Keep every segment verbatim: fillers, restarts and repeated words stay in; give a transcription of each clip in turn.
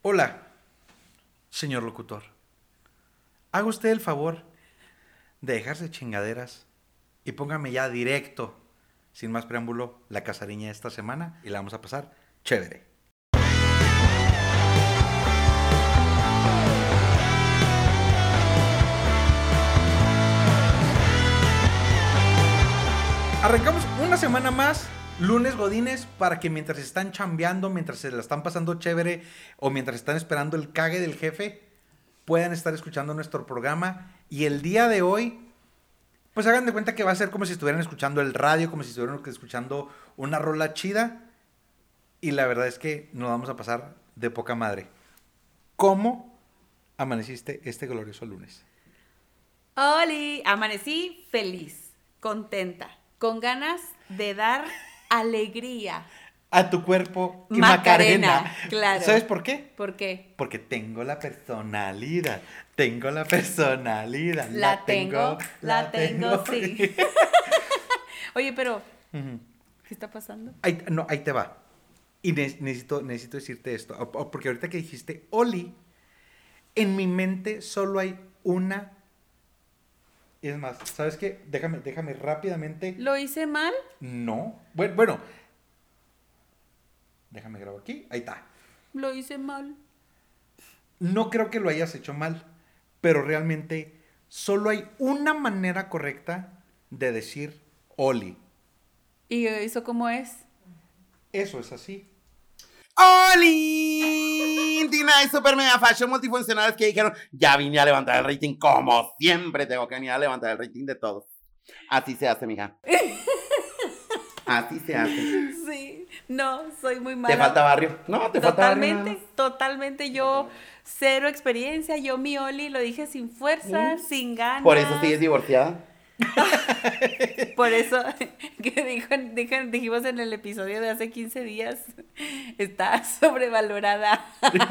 Hola, señor locutor. Haga usted el favor de dejarse chingaderas y póngame ya directo, sin más preámbulo, la casariña de esta semana y la vamos a pasar chévere. Arrancamos una semana más, lunes godines, para que mientras están chambeando, mientras se la están pasando chévere o mientras están esperando el cague del jefe, puedan estar escuchando nuestro programa. Y el día de hoy, pues hagan de cuenta que va a ser como si estuvieran escuchando el radio, como si estuvieran escuchando una rola chida. Y la verdad es que nos vamos a pasar de poca madre. ¿Cómo amaneciste este glorioso lunes? ¡Holi! Amanecí feliz, contenta, con ganas de dar alegría. A tu cuerpo y Macarena, Macarena. claro. ¿Sabes por qué? ¿Por qué? Porque tengo la personalidad. Tengo la personalidad. La, la tengo, tengo, la tengo, tengo sí. Oye, pero, uh-huh. ¿qué está pasando? Ahí, no, ahí te va. Y ne- necesito, necesito decirte esto. Porque ahorita que dijiste Oli, en mi mente solo hay una. Es más, ¿sabes qué? Déjame, déjame rápidamente. ¿Lo hice mal? No. Bueno, bueno. Déjame grabar aquí. Ahí está. Lo hice mal. No creo que lo hayas hecho mal, pero realmente solo hay una manera correcta de decir Oli. ¿Y eso cómo es? Eso es así. ¡Oli! Tina y Super Mega Fashion multifuncionales que dijeron, ya vine a levantar el rating, como siempre tengo que venir a levantar el rating de todos. Así se hace, mija. Así se hace. Sí, no, soy muy mala. ¿Te falta barrio? No, te falta barrio. Totalmente, totalmente. Yo, cero experiencia. Yo, mi Oli, lo dije sin fuerza, ¿sí? Sin ganas. ¿Por eso sigues divorciada? Por eso, que dijo, dijo, dijimos en el episodio de hace quince días, está sobrevalorada.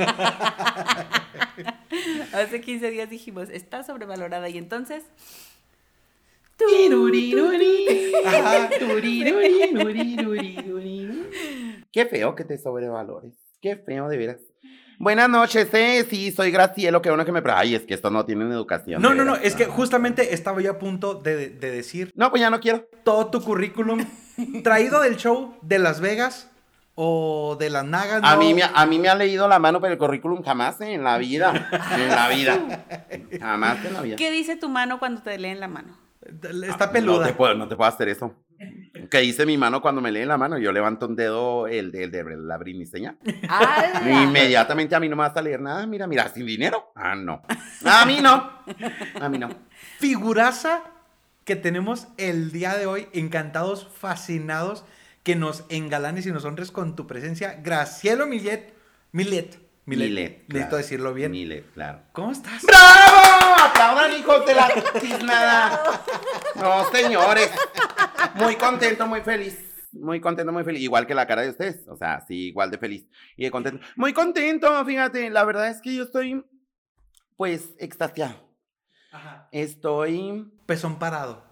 Hace quince días dijimos, está sobrevalorada. Y entonces... Ajá. Qué feo que te sobrevalores. Qué feo, de veras. Buenas noches, eh. Sí, soy Gracielo. Qué bueno que me... Ay, es que estos no tienen educación. No, no, no. Es que justamente estaba yo a punto de, de decir... No, pues ya no quiero. Todo tu currículum traído del show de Las Vegas o de Las Nagas. ¿No? A mí, me, a mí me ha leído la mano, pero el currículum jamás, eh, en la vida. En la vida. Jamás en la vida. ¿Qué dice tu mano cuando te leen la mano? Está peluda. No te puedo, no te puedo hacer eso. ¿Qué dice mi mano cuando me leen la mano? Yo levanto un dedo, el de, el de la briniseña. Inmediatamente a mí no me vas a leer nada. Mira, mira, sin dinero. Ah, no. A mí no. A mí no. Figuraza que tenemos el día de hoy. Encantados, fascinados, que nos engalanes y nos honres con tu presencia. Gracielo Millet. Millet. Millet. Millet Necesito claro. decirlo bien. Millet, claro. ¿Cómo estás? ¡Bravo! ¡Aplaudan, hijos de la tiznada! No, señores. Muy contento, muy feliz. Muy contento, muy feliz. Igual que la cara de ustedes. O sea, sí, igual de feliz. Y de contento. Muy contento, fíjate. La verdad es que yo estoy, pues, extasiado. Ajá. Estoy... Pezón parado.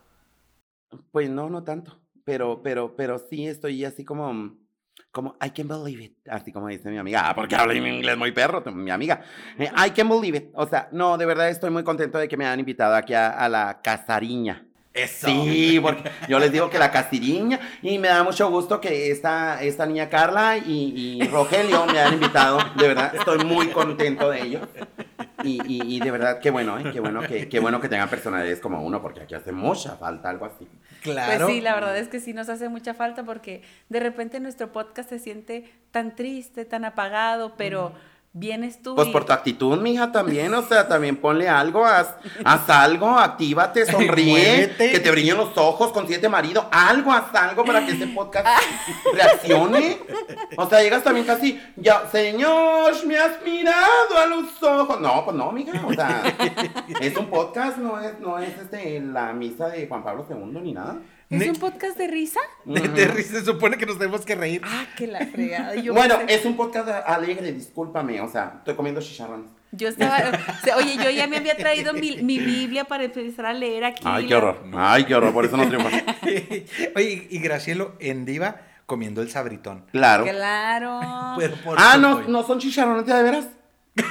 Pues no, no tanto. Pero, pero, pero sí estoy así como... Como, I can't believe it, así como dice mi amiga, ah, porque habla en inglés muy perro, mi amiga, eh, I can't believe it, o sea, no, de verdad estoy muy contento de que me hayan invitado aquí a, a la casariña. Eso. Sí, porque yo les digo que la casiriña, y me da mucho gusto que esta, esta niña Carla y, y Rogelio me hayan invitado, de verdad, estoy muy contento de ello. Y, y, y de verdad, qué bueno, ¿eh? Qué bueno que, qué bueno que tengan personalidades como uno, porque aquí hace mucha falta algo así. Claro. Pues sí, la verdad es que sí nos hace mucha falta porque de repente nuestro podcast se siente tan triste, tan apagado, pero... Mm. Vienes tú. Pues y... por tu actitud, mija, también, o sea, también ponle algo, haz, haz algo, actívate, sonríe, que te brillen los ojos, consíguete marido, algo, haz algo para que este podcast reaccione. O sea, llegas también casi, ya, señor, me has mirado a los ojos. No, pues no, mija, o sea, es un podcast, no es, no es este, la misa de Juan Pablo segundo ni nada. ¿Es un podcast de risa? De, de risa, se supone que nos tenemos que reír. Ah, que la fregada. Yo bueno, pensé... es un podcast alegre, discúlpame, o sea, estoy comiendo chicharrones. Yo estaba, o sea, oye, yo ya me había traído mi, mi Biblia para empezar a leer aquí. Ay, qué horror, ay, qué horror, por eso no triunfa. Oye, y Gracielo en Diva comiendo el sabritón. Claro. Claro. Pero por ah, no, no son chicharrones de veras.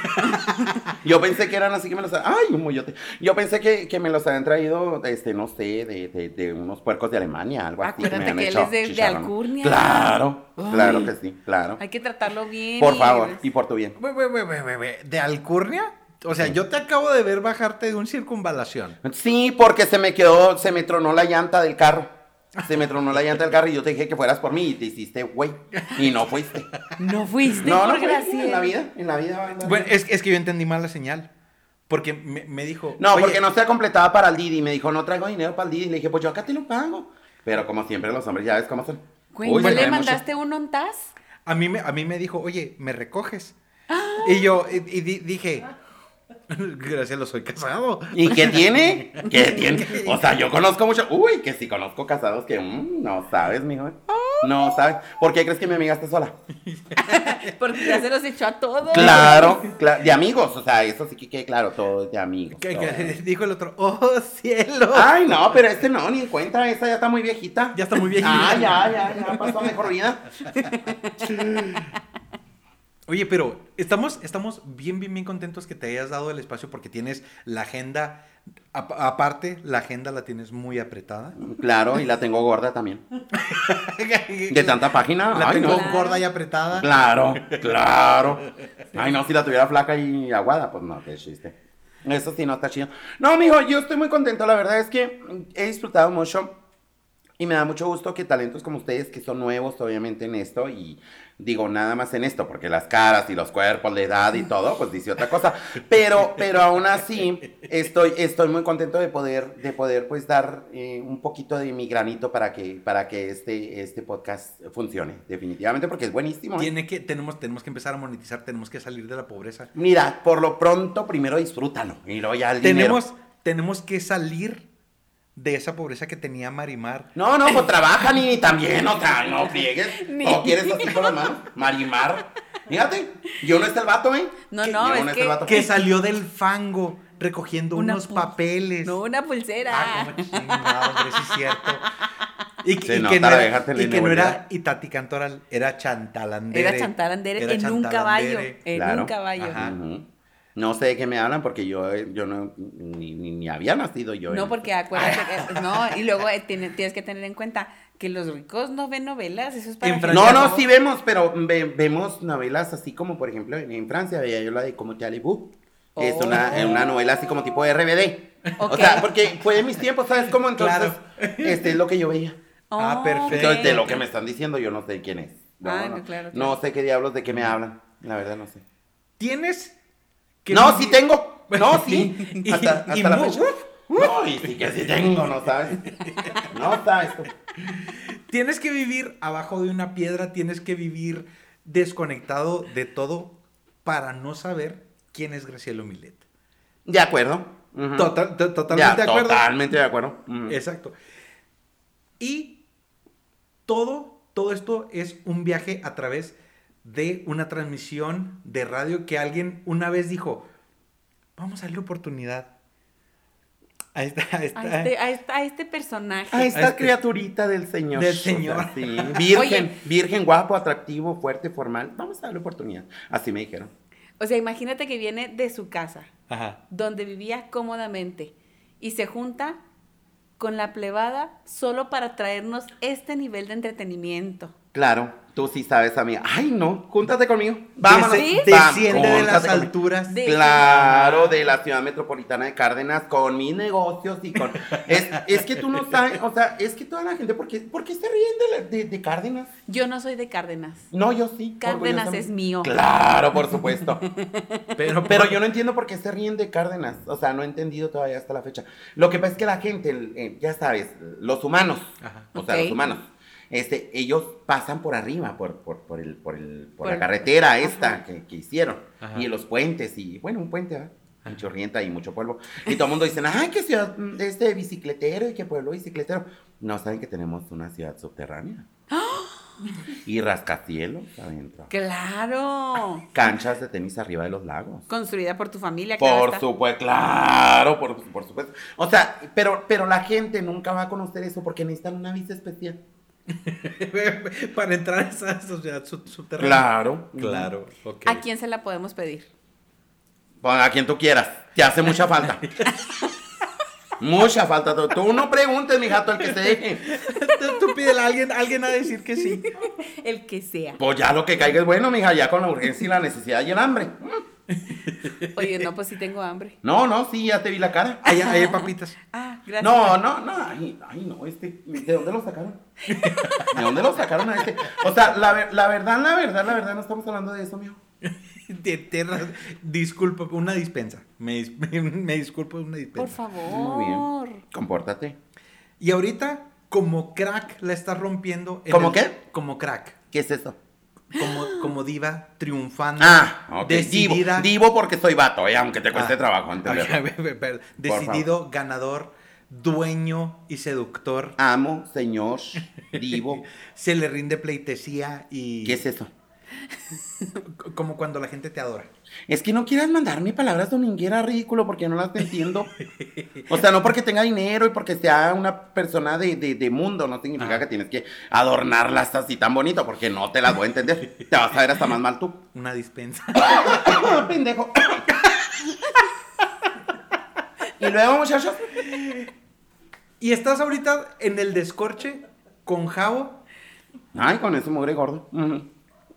Yo pensé que eran así que me los... ¡Ay, un moyote! Yo pensé que, que me los habían traído, este, no sé, de, de, de unos puercos de Alemania, algo así. Acuérdate que, me que han él hecho es de, de chicharrón. Alcurnia. Claro, Ay. claro que sí, claro. Hay que tratarlo bien. Por y- favor, y por tu bien. Ve, ve, ve, ve, ve, ve, ¿de Alcurnia? O sea, yo te acabo de ver bajarte de un circunvalación. Sí, porque se me quedó, se me tronó la llanta del carro. Se me tronó la llanta del carro y yo te dije que fueras por mí y te hiciste güey. Y no fuiste. No fuiste No, por no fui, Graciela. en la vida, en la vida. en la Bueno, vida. es, es que yo entendí mal la señal. Porque me, me dijo... No, "Oye, porque no se completaba para el Didi. Me dijo, no traigo dinero para el Didi. Le dije, pues yo acá te lo pago. Pero como siempre los hombres ya ves cómo son. Güey, Uy, ¿no se le ve mucho. mandaste un ontaz? A mí, me, a mí me dijo, oye, ¿me recoges? Y yo y, y di- dije, gracias, lo soy casado. ¿Y qué tiene? ¿Qué tiene? O sea, yo conozco mucho. Uy, que sí conozco casados que mm, no sabes, mijo. No sabes. ¿Por qué crees que mi amiga está sola? Porque ya se los echó a todos. Claro, cla- de amigos. O sea, eso sí que quede claro, todo es de amigos. Que- todo. que dijo el otro, oh, cielo. Ay, no, pero este no, ni en cuenta. Esa ya está muy viejita. Ya está muy viejita. Ah, ya, ya, ya pasó a mejor vida. Oye, pero estamos, estamos bien, bien, bien contentos que te hayas dado el espacio porque tienes la agenda, a- aparte, la agenda la tienes muy apretada. Claro, y la tengo gorda también. De tanta página. La Ay, tengo no. gorda y apretada. Claro, claro. Ay, no, si la tuviera flaca y aguada, pues no, qué chiste. Eso sí no está chido. No, mijo, yo estoy muy contento. La verdad es que he disfrutado mucho y me da mucho gusto que talentos como ustedes, que son nuevos obviamente en esto, y digo nada más en esto, porque las caras y los cuerpos, la edad y todo, pues dice otra cosa. Pero, pero aún así, estoy, estoy muy contento de poder, de poder pues dar eh, un poquito de mi granito para que, para que este, este podcast funcione, definitivamente, porque es buenísimo. ¿eh? Tiene que, tenemos, tenemos que empezar a monetizar, tenemos que salir de la pobreza. Mira, por lo pronto, primero disfrútalo, y luego ya el Tenemos, dinero. tenemos que salir de esa pobreza que tenía Marimar. No, no, pues trabaja, ni también, o sea, no friegues. Ni. ¿No quieres así con las manos? Marimar. Fíjate, yo no está el vato, ¿eh? No, Que- no, yo es está que- el vato. Que salió del fango recogiendo Una unos pul- papeles. No, una pulsera. Ah, como chingado, hombre, sí es cierto. Y, que- Se y nota que no la era, vieja y que no telenovela. era Itati Cantoral, era Chantalandere. Era Chantalandere Era en un caballo. Chantalandere. En Claro. un caballo. Ajá. Ujú. No sé de qué me hablan porque yo, eh, yo no, ni, ni, ni había nacido yo. No, en- porque acuérdate que, no, y luego eh, tiene- tienes que tener en cuenta que los ricos no ven novelas, eso es para En que- Francia No, no, no. sí vemos, pero ve- vemos novelas así como, por ejemplo, en, en Francia veía yo la de Como te allez-vous. Es Oh. una, una novela así como tipo R B D. Ok. O sea, porque fue de mis tiempos, ¿sabes cómo? Entonces, Claro. este es lo que yo veía. Ah, Oh, perfecto. Entonces, de lo ok. que me están diciendo, yo no sé quién es. No, Ah, no, no, claro, no claro. sé qué diablos de qué me hablan. La verdad, no sé. Tienes que No, vivir- sí tengo. No, sí. Y- hasta y hasta la mu- fecha. No, y sí que sí tengo, ¿no sabes? No sabes. tú. Tienes que vivir abajo de una piedra, tienes que vivir desconectado de todo para no saber quién es Graciela Milet. De acuerdo. Ujú. Total, to- totalmente Ya, de acuerdo. Totalmente de acuerdo. Ujú. Exacto. Y todo, todo esto es un viaje a través de una transmisión de radio que alguien una vez dijo, vamos a darle oportunidad a esta, a esta- A este, a, esta- a este personaje. A esta este- criaturita del señor. Del O sea, señor. sí. Virgen, Oye. virgen, guapo, atractivo, fuerte, formal. Vamos a darle oportunidad. Así me dijeron. O sea, imagínate que viene de su casa, Ajá. donde vivía cómodamente, y se junta con la plebada solo para traernos este nivel de entretenimiento. Claro, tú sí sabes, amiga. Ay, no, júntate conmigo. Vámonos. ¿Sí? Vamos, Desciende de las júntate conmigo. alturas. De- Claro, de la ciudad metropolitana de Cárdenas, con mis negocios y con... Es, es que tú no sabes, o sea, es que toda la gente, ¿por qué, por qué se ríen de, la- de, de Cárdenas? Yo no soy de Cárdenas. No, yo sí. Cárdenas orgullosamente. es mío. Claro, por supuesto. Pero, Pero yo no entiendo por qué se ríen de Cárdenas. O sea, no he entendido todavía hasta la fecha. Lo que pasa es que la gente, el- eh, ya sabes, los humanos, Ajá. o sea, Ok. los humanos, este, ellos pasan por arriba, por, por, por, el, por, el, por, Por la el- carretera esta Ajá. que, que hicieron. Ajá. Y los puentes, y bueno, un puente, ¿verdad? Mucho rienta y mucho polvo. Y todo el mundo dice, ay, qué ciudad mm, este bicicletero y qué pueblo bicicletero. No saben que tenemos una ciudad subterránea. Y rascacielos adentro. ¡Claro! Canchas de tenis arriba de los lagos. Construida por tu familia, claro Por está. supuesto, claro, por, por supuesto. O sea, pero, pero la gente nunca va a conocer eso porque necesitan una visa especial. para entrar a esa sociedad sub- subterránea. Claro. Claro, ok. ¿A quién se la podemos pedir? Pues a quien tú quieras. Te hace mucha falta. Mucha falta. Tú, tú no preguntes, mi jato, el que se deje. Tú, tú pídele a alguien, alguien a decir que sí. El que sea. Pues ya lo que caiga es bueno, mija, ya con la urgencia y la necesidad y el hambre. Oye, no, pues sí tengo hambre. No, no, sí, ya te vi la cara. Ahí hay papitas. Ah, gracias. No, no, no, ay, ay, no, este, ¿de dónde lo sacaron? ¿De dónde lo sacaron a este? O sea, la, ver- la verdad, la verdad, la verdad, no estamos hablando de eso, mijo. Te- te ra- disculpa, una dispensa. Me, dis- me, me disculpo, una dispensa. Por favor. Muy bien. Compórtate. Y ahorita, como crack, la estás rompiendo. en ¿Cómo el- qué? Como crack. ¿Qué es eso? Como, como diva, triunfando. Ah, ok. Decidida. Divo, divo porque soy vato, eh, aunque te cueste Ah, trabajo entenderlo. ok, perdón. Decidido, ganador, dueño y seductor. Amo, señor, divo. Se le rinde pleitesía y. ¿Qué es eso? c- Como cuando la gente te adora. Es que no quieras mandarme palabras domingueras, ridículo, porque no las entiendo. O sea, no porque tenga dinero y porque sea una persona de, de, de mundo, no significa Ah. que tienes que adornarlas así tan bonito, porque no te las voy a entender. Te vas a ver hasta más mal tú. Una dispensa. Pendejo. Y luego, muchachos. Y estás ahorita en el descorche con Javo. Ay, con ese mugre gordo. Ujú.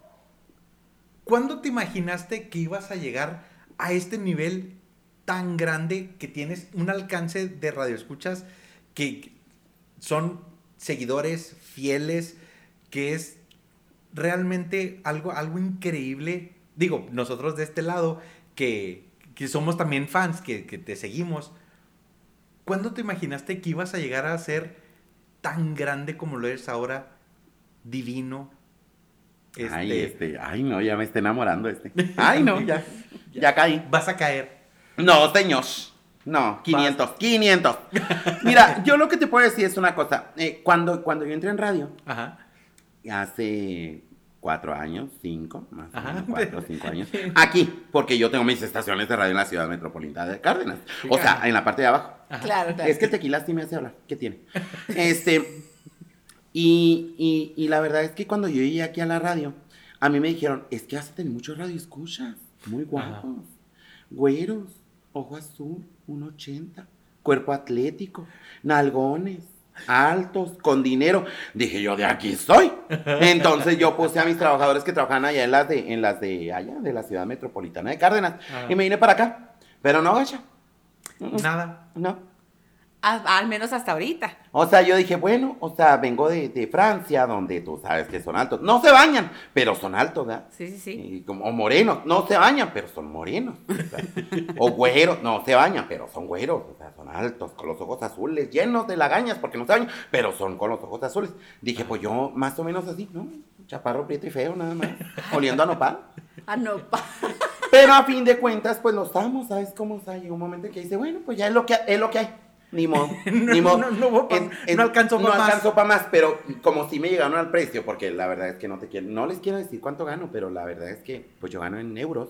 ¿Cuándo te imaginaste que ibas a llegar a este nivel tan grande que tienes un alcance de radioescuchas que son seguidores fieles, que es realmente algo, algo increíble? Digo, nosotros de este lado, que, que somos también fans, que, que te seguimos, ¿cuándo te imaginaste que ibas a llegar a ser tan grande como lo eres ahora? Divino. Este, Ay, este, ay, no, ya me está enamorando este. Ay, no, ya, ya caí. Vas a caer. No, señor. No, quinientos, quinientos. Mira, yo lo que te puedo decir es una cosa. Eh, cuando, cuando yo entré en radio, Ajá. hace cuatro años, cinco, más o Ajá. menos, cuatro o cinco años. Aquí, porque yo tengo mis estaciones de radio en la ciudad metropolitana de Cárdenas. O sea, Ajá. en la parte de abajo. Claro, claro. Es que el tequila sí me hace hablar. ¿Qué tiene? Este, y, y, y la verdad es que cuando yo llegué aquí a la radio, a mí me dijeron, es que vas a tener muchos radioescuchas, muy guapos, güeros, ojo azul, uno ochenta, cuerpo atlético, nalgones, altos, con dinero. Dije yo, de aquí soy. Entonces yo puse a mis trabajadores que trabajaban allá en las de, en las de allá, de la ciudad metropolitana de Cárdenas, Ajá. y me vine para acá. Pero no, gacha. Nada. No. A- al menos hasta ahorita. O sea, yo dije, bueno, o sea, vengo de, de Francia, donde tú sabes que son altos. No se bañan, pero son altos, ¿verdad? Sí, sí, sí. Y como, o morenos, no se bañan, pero son morenos. O, sea, o güeros, no se bañan, pero son güeros. O sea, son altos, con los ojos azules, llenos de lagañas, porque no se bañan, pero son con los ojos azules. Dije, pues yo más o menos así, ¿no? Chaparro, prieto y feo, nada más. Oliendo a nopal. Ah, no, pa. Pero a fin de cuentas, pues los amo, ¿sabes cómo? O sea, llega un momento en que dice, bueno, pues ya es lo que, es lo que hay. Ni modo, No, ni modo. no, no hubo pa- En- en- no alcanzó pa' no más. alcanzó para más, pero como si me llegaron al precio, porque la verdad es que no te quiero, no les quiero decir cuánto gano, pero la verdad es que pues yo gano en euros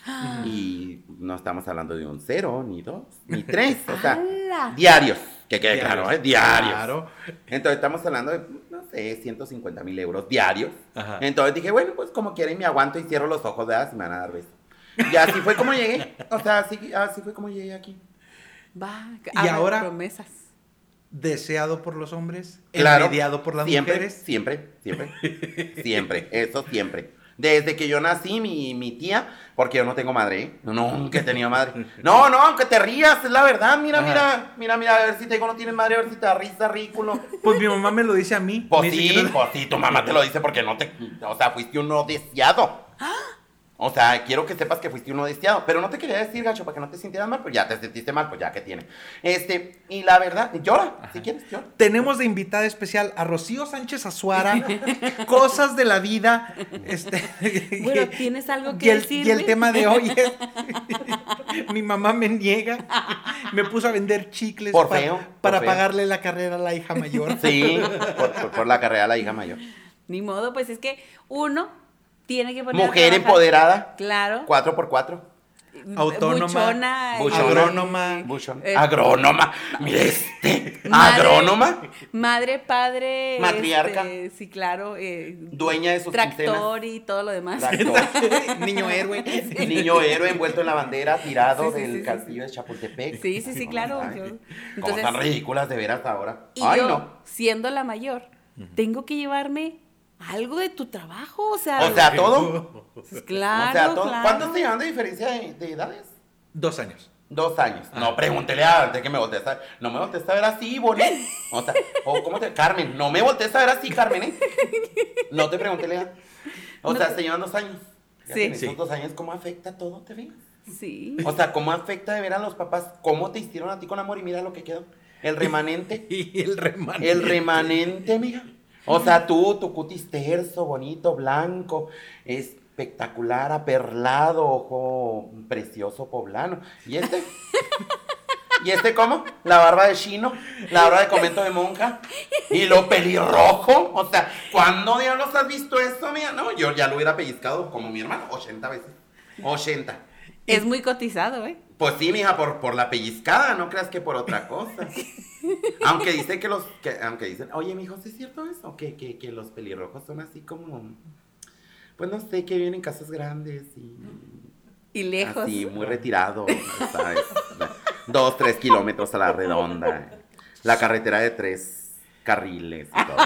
y no estamos hablando de un cero, ni dos, ni tres, o sea, ¡Hala! diarios, que quede claro, ¿eh? Diarios. Claro. Entonces estamos hablando de, no sé, ciento cincuenta mil euros diarios. Ajá. Entonces dije, bueno, pues como quieren me aguanto y cierro los ojos, ¿verdad? Si me van a dar beso. Y así fue como llegué, o sea, así, así fue como llegué aquí. Va. Y hagan ahora- promesas. Deseado por los hombres, Claro, envidiado por las siempre, mujeres. Siempre, siempre, siempre, eso siempre. Desde que yo nací, mi, mi tía, porque yo no tengo madre, ¿eh? Nunca he tenido madre. No, no, aunque te rías, es la verdad. Mira, Ajá. mira, mira, mira, a ver si te digo no tienes madre, a ver si te da risa, ridículo. Pues mi mamá me lo dice a mí. Pues Me dice sí, que no- pues sí, tu mamá te lo dice porque no te, o sea, fuiste uno deseado. O sea, quiero que sepas que fuiste uno deseado, pero no te quería decir, gacho, para que no te sintieras mal, pues ya te sentiste mal, pues ya que tiene. Este, y la verdad, llora, si quieres, llora. Tenemos de invitada especial a Rocío Sánchez Azuara, cosas de la vida. Este, Bueno, ¿tienes algo que y el, decirme? y el tema de hoy es, mi mamá me niega, me puso a vender chicles Por pa- feo, por para feo. pagarle la carrera a la hija mayor. Sí, por, por- por la carrera de la hija mayor. Ni modo, pues es que uno tiene que poner a Mujer trabajar. empoderada, Claro. cuatro por cuatro. autónoma, buchona, buchona, agrónoma, buchona, eh, agrónoma, mire este, madre, agrónoma, madre, padre, matriarca, este, sí, claro, eh, dueña de sus tractor quincenas. y todo lo demás. Tractor. niño héroe. Sí. Niño héroe envuelto en la bandera, tirado Sí, sí, del sí, sí, castillo de Chapultepec. Sí, sí, sí, claro. Ay, Yo- Como entonces- tan ridículas de veras ahora. Y Ay, yo, no. siendo la mayor, tengo que llevarme algo de tu trabajo, o sea, O sea, todo. pues, claro, o sea, todo. claro. ¿Cuántos te llevan de diferencia de, de edades? Dos años. Dos años. No, pregúntele a de que me voltees a ver. No me voltees a ver así, Bonnie. O sea, o cómo te. Carmen, no me voltees a ver así, Carmen, ¿eh? No te pregúntele a. O No sea, te- se llevan dos años. Ya Sí. en esos Sí. dos años, ¿cómo afecta todo, te ves? Sí. O sea, ¿cómo afecta de ver a los papás? ¿Cómo te hicieron a ti con amor? Y mira lo que quedó. El remanente. Y el remanente. El remanente, amiga. O sea, tú, tu cutis terso, bonito, blanco, espectacular, aperlado, ojo precioso poblano. ¿Y este? ¿Y este cómo? La barba de chino, la barba de convento de monja y lo pelirrojo. O sea, ¿cuándo diablos has visto esto, amiga? No, yo ya lo hubiera pellizcado como mi hermano, ochenta veces. ochenta. Es muy cotizado, ¿eh? Pues sí, mija, por, por la pellizcada, no creas que por otra cosa. Aunque dice que los, que, aunque dicen, oye, mijo, ¿sí es cierto eso? Que, que, que los pelirrojos son así como, pues no sé, que viven en casas grandes y Y lejos. así, muy retirados, ¿sabes? Dos, tres kilómetros a la redonda. La carretera de tres carriles y todo.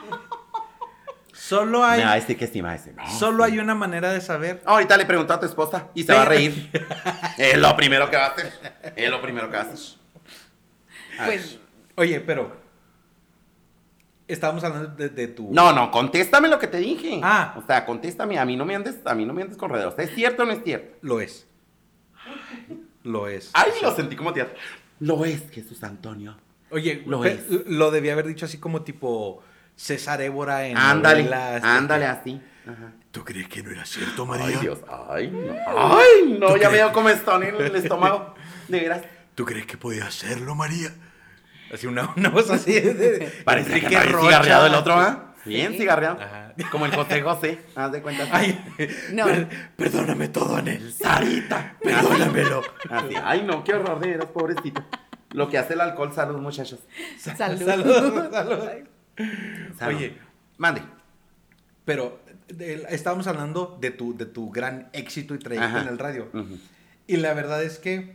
Solo hay, Me va a decir que sí, me va a decir, no, solo sí. hay una manera de saber. Ahorita le pregunto a tu esposa y se va a reír. Es lo primero que va a hacer. Es lo primero que va a hacer. A Pues, ver. Oye, pero estábamos hablando de, de tu. No, no, contéstame lo que te dije. Ah. O sea, contéstame, a mí no me andes, a mí no me andes con rodeos. ¿Es cierto o no es cierto? Lo es. Lo es. Ay, lo sentí como tía. Lo es, Jesús Antonio. Oye, Lo pe- es. lo debía haber dicho así como tipo César Évora en Ándale, novelas, ándale de- así. Ajá. ¿Tú crees que no era cierto, Ay, María? Dios, ay, no. Ay, no, ya me dio como estón en el estómago. De veras. ¿Tú crees que podía hacerlo, María? Así una, una voz así de, de Parece Enrique que trae Rocha. cigarreado el otro, ¿ah? Bien Sí. cigarreado. Ajá. Como el José José. Haz de cuenta. Ay, No. per- perdóname todo, Anel. Sarita, perdónamelo. Así. Ay, no, qué horror, de veras, pobrecito. Lo que hace el alcohol, salud, muchachos. salud. Salud, salud. Salud. Oye, Mande. pero de- estábamos hablando de tu, de tu gran éxito y trayecto Ajá. en el radio. Ujú. Y la verdad es que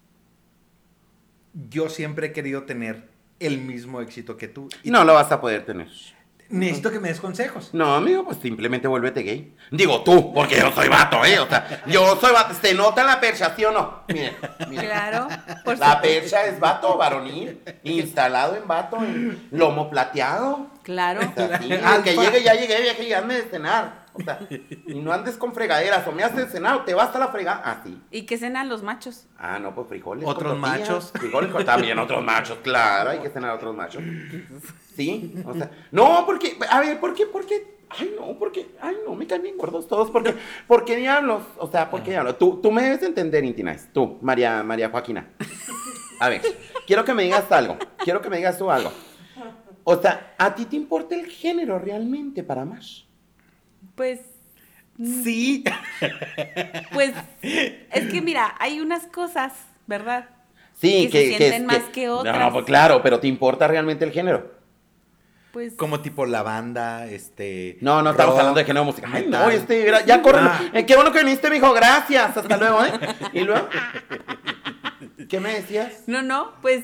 yo siempre he querido tener el mismo éxito que tú. Y No lo vas a poder tener. necesito que me des consejos. No, amigo, pues simplemente vuélvete gay. Digo tú, porque yo soy vato, ¿eh? O sea, yo soy vato. ¿Se nota la percha, sí o no? Mire, mire. Claro. Por La supuesto. percha es vato varonil, instalado en vato, en lomo plateado. Claro. O sea, sí, Alfa. que llegue, ya llegué, vieja, y hazme de cenar. O sea, y no andes con fregaderas, o me haces de cenar o te vas a la fregada. Ah, sí. ¿Y qué cenan los machos? Ah, no, pues frijoles. Otros con tortillas. machos. Frijoles con también otros machos, claro, hay que cenar otros machos. Sí, o sea, no, porque, a ver, ¿por qué, por qué? Ay, no, porque, ay, no, me caen bien gordos todos, porque, ¿por qué diablos? O sea, ¿por qué diablos? Tú, tú me debes entender, Intinais, tú, María, María Joaquina. A ver, quiero que me digas algo, quiero que me digas tú algo. O sea, ¿a ti te importa el género realmente para más? Pues, Sí. pues, es que mira, hay unas cosas, ¿verdad? Sí, Que se sienten más que otras. No, pues claro, pero ¿te importa realmente el género? Pues, Como tipo la banda, este. No, no estamos rock, hablando de género musical. Ay, no, metal. este, gra- ya corren. Ah. Eh, qué bueno que viniste, mijo, gracias. Hasta luego, ¿eh? Y luego, ¿qué me decías? no, no, pues,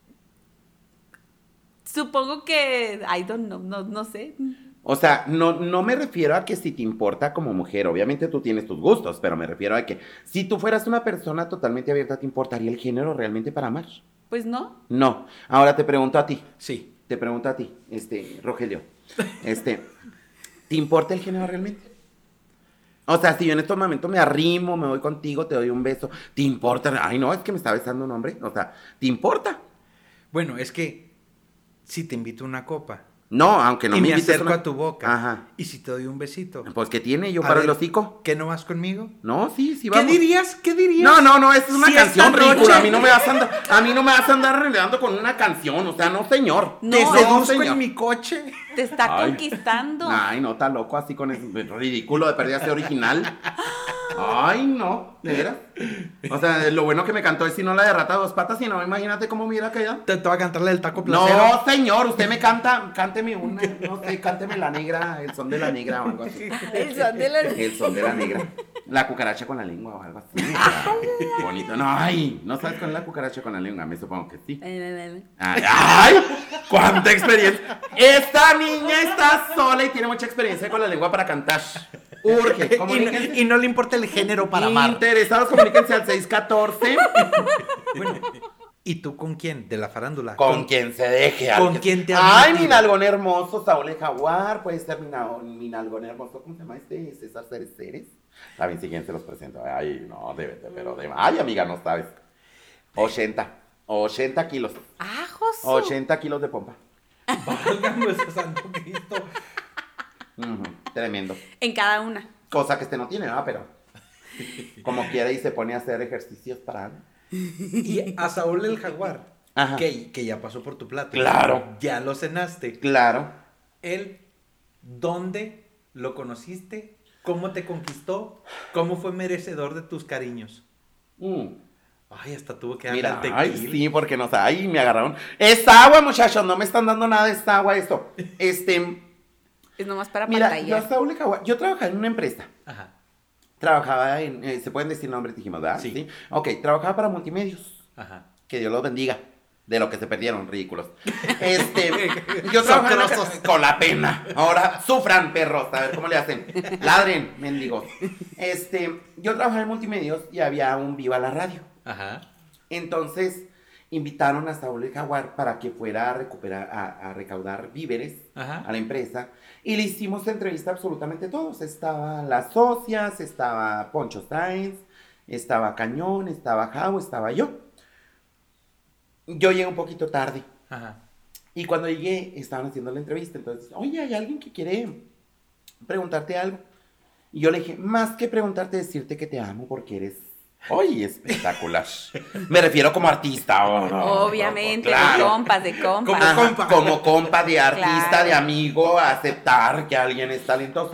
supongo que, I don't know, no, no sé. O sea, no, no me refiero a que si te importa como mujer, obviamente tú tienes tus gustos, pero me refiero a que si tú fueras una persona totalmente abierta, ¿te importaría el género realmente para amar? Pues no. No. Ahora te pregunto a ti, Sí. te pregunto a ti, este, Rogelio, este, ¿te importa el género realmente? O sea, si yo en estos momentos me arrimo, me voy contigo, te doy un beso, ¿te importa? Ay, no, es que me está besando un hombre, o sea, ¿te importa? Bueno, es que si te invito a una copa No, aunque no y me me invites acerco una- a tu boca Ajá. y si te doy un besito. Pues, ¿qué tiene? ¿Yo A paro ver, el hocico? ¿Qué no vas conmigo? No, sí, sí, ¿Qué vamos. dirías? ¿Qué dirías? No, no, no, esa es una Si canción esta noche- ridícula. A mí no me vas a andar, a mí no me vas a andar renegando con una canción, o sea, no, señor. No, Te no, seduzco señor. en mi coche. Te está Ay. conquistando. Ay, no, está loco así con ese ridículo de pérdida ese original. Ay, no, de veras. O sea, lo bueno que me cantó es si no la de rata dos patas, si no, imagínate cómo me hubiera quedado. Te, te va a cantarle el taco placero. No, señor, usted me canta, cánteme una, no sé, cánteme la negra, el son de la negra o algo así. El son de la... El son de la negra. La cucaracha con la lengua o algo así. Bonito. No, ay, ¿no sabes cuál es la cucaracha con la lengua? Me supongo que sí. Ay, ay, cuánta experiencia. Esta niña está sola y tiene mucha experiencia con la lengua para cantar. Urge, Y, comuníquense. no, y no le importa el género para amar. Interesados, comuníquense al seis catorce. Bueno, ¿y tú con quién? De la farándula. Con quien se deje. ¿Con alguien. quién te has Ay, metido? mi nalgón hermoso, Saúl el Jaguar. Puede ser mi, na- mi nalgón hermoso. ¿Cómo se llama este? César Ceres Ceres. También si quieren se los presento. Ay, no, debe, pero de. Ay, amiga, no sabes. ochenta. ochenta kilos. Ah, Josu. ochenta kilos de pompa. Válgame ese santo Cristo. Ujú, tremendo. En cada una. Cosa que este no tiene, ¿verdad? Pero como quiere y se pone a hacer ejercicios para algo. Y a Saúl el Jaguar, Ajá. que, que ya pasó por tu plato. Claro. Ya lo cenaste. Claro. Él, ¿dónde lo conociste? ¿Cómo te conquistó? ¿Cómo fue merecedor de tus cariños? Mm. Ay, hasta tuvo que darle Mira, al tequila. ay, sí, porque no sé, ay, me agarraron. Es agua, muchachos, no me están dando nada de esta agua esto. Este, Es nomás para mira, yo pantalla. a Saúl el Jaguar, yo trabajaba en una empresa. Ajá. Trabajaba en, eh, se pueden decir nombres, dijimos, ¿verdad? Sí. Ok, trabajaba para Multimedios. Ajá. Que Dios los bendiga. De lo que se perdieron, ridículos. Este, yo trabajaba en la Socorrosos. ca- con la pena. Ahora, sufran, perros, a ver cómo le hacen. Ladren, mendigos. Este, yo trabajaba en Multimedios y había un Viva la Radio. Ajá. Entonces, invitaron a Saúl el Jaguar para que fuera a recuperar, a, a recaudar víveres Ajá. a la empresa. Y le hicimos entrevista a absolutamente todos. Estaban las socias, estaba Poncho Sainz, estaba Cañón, estaba Jau, estaba yo. Yo llegué un poquito tarde. Ajá. Y cuando llegué, estaban haciendo la entrevista. Entonces, oye, hay alguien que quiere preguntarte algo. Y yo le dije, más que preguntarte, decirte que te amo porque eres, oye, espectacular. Me refiero como artista. Oh, no, Obviamente, no, claro. de compas, de compas. Como Ajá, compa. como compa de artista, Claro. de amigo, aceptar que alguien es talentoso.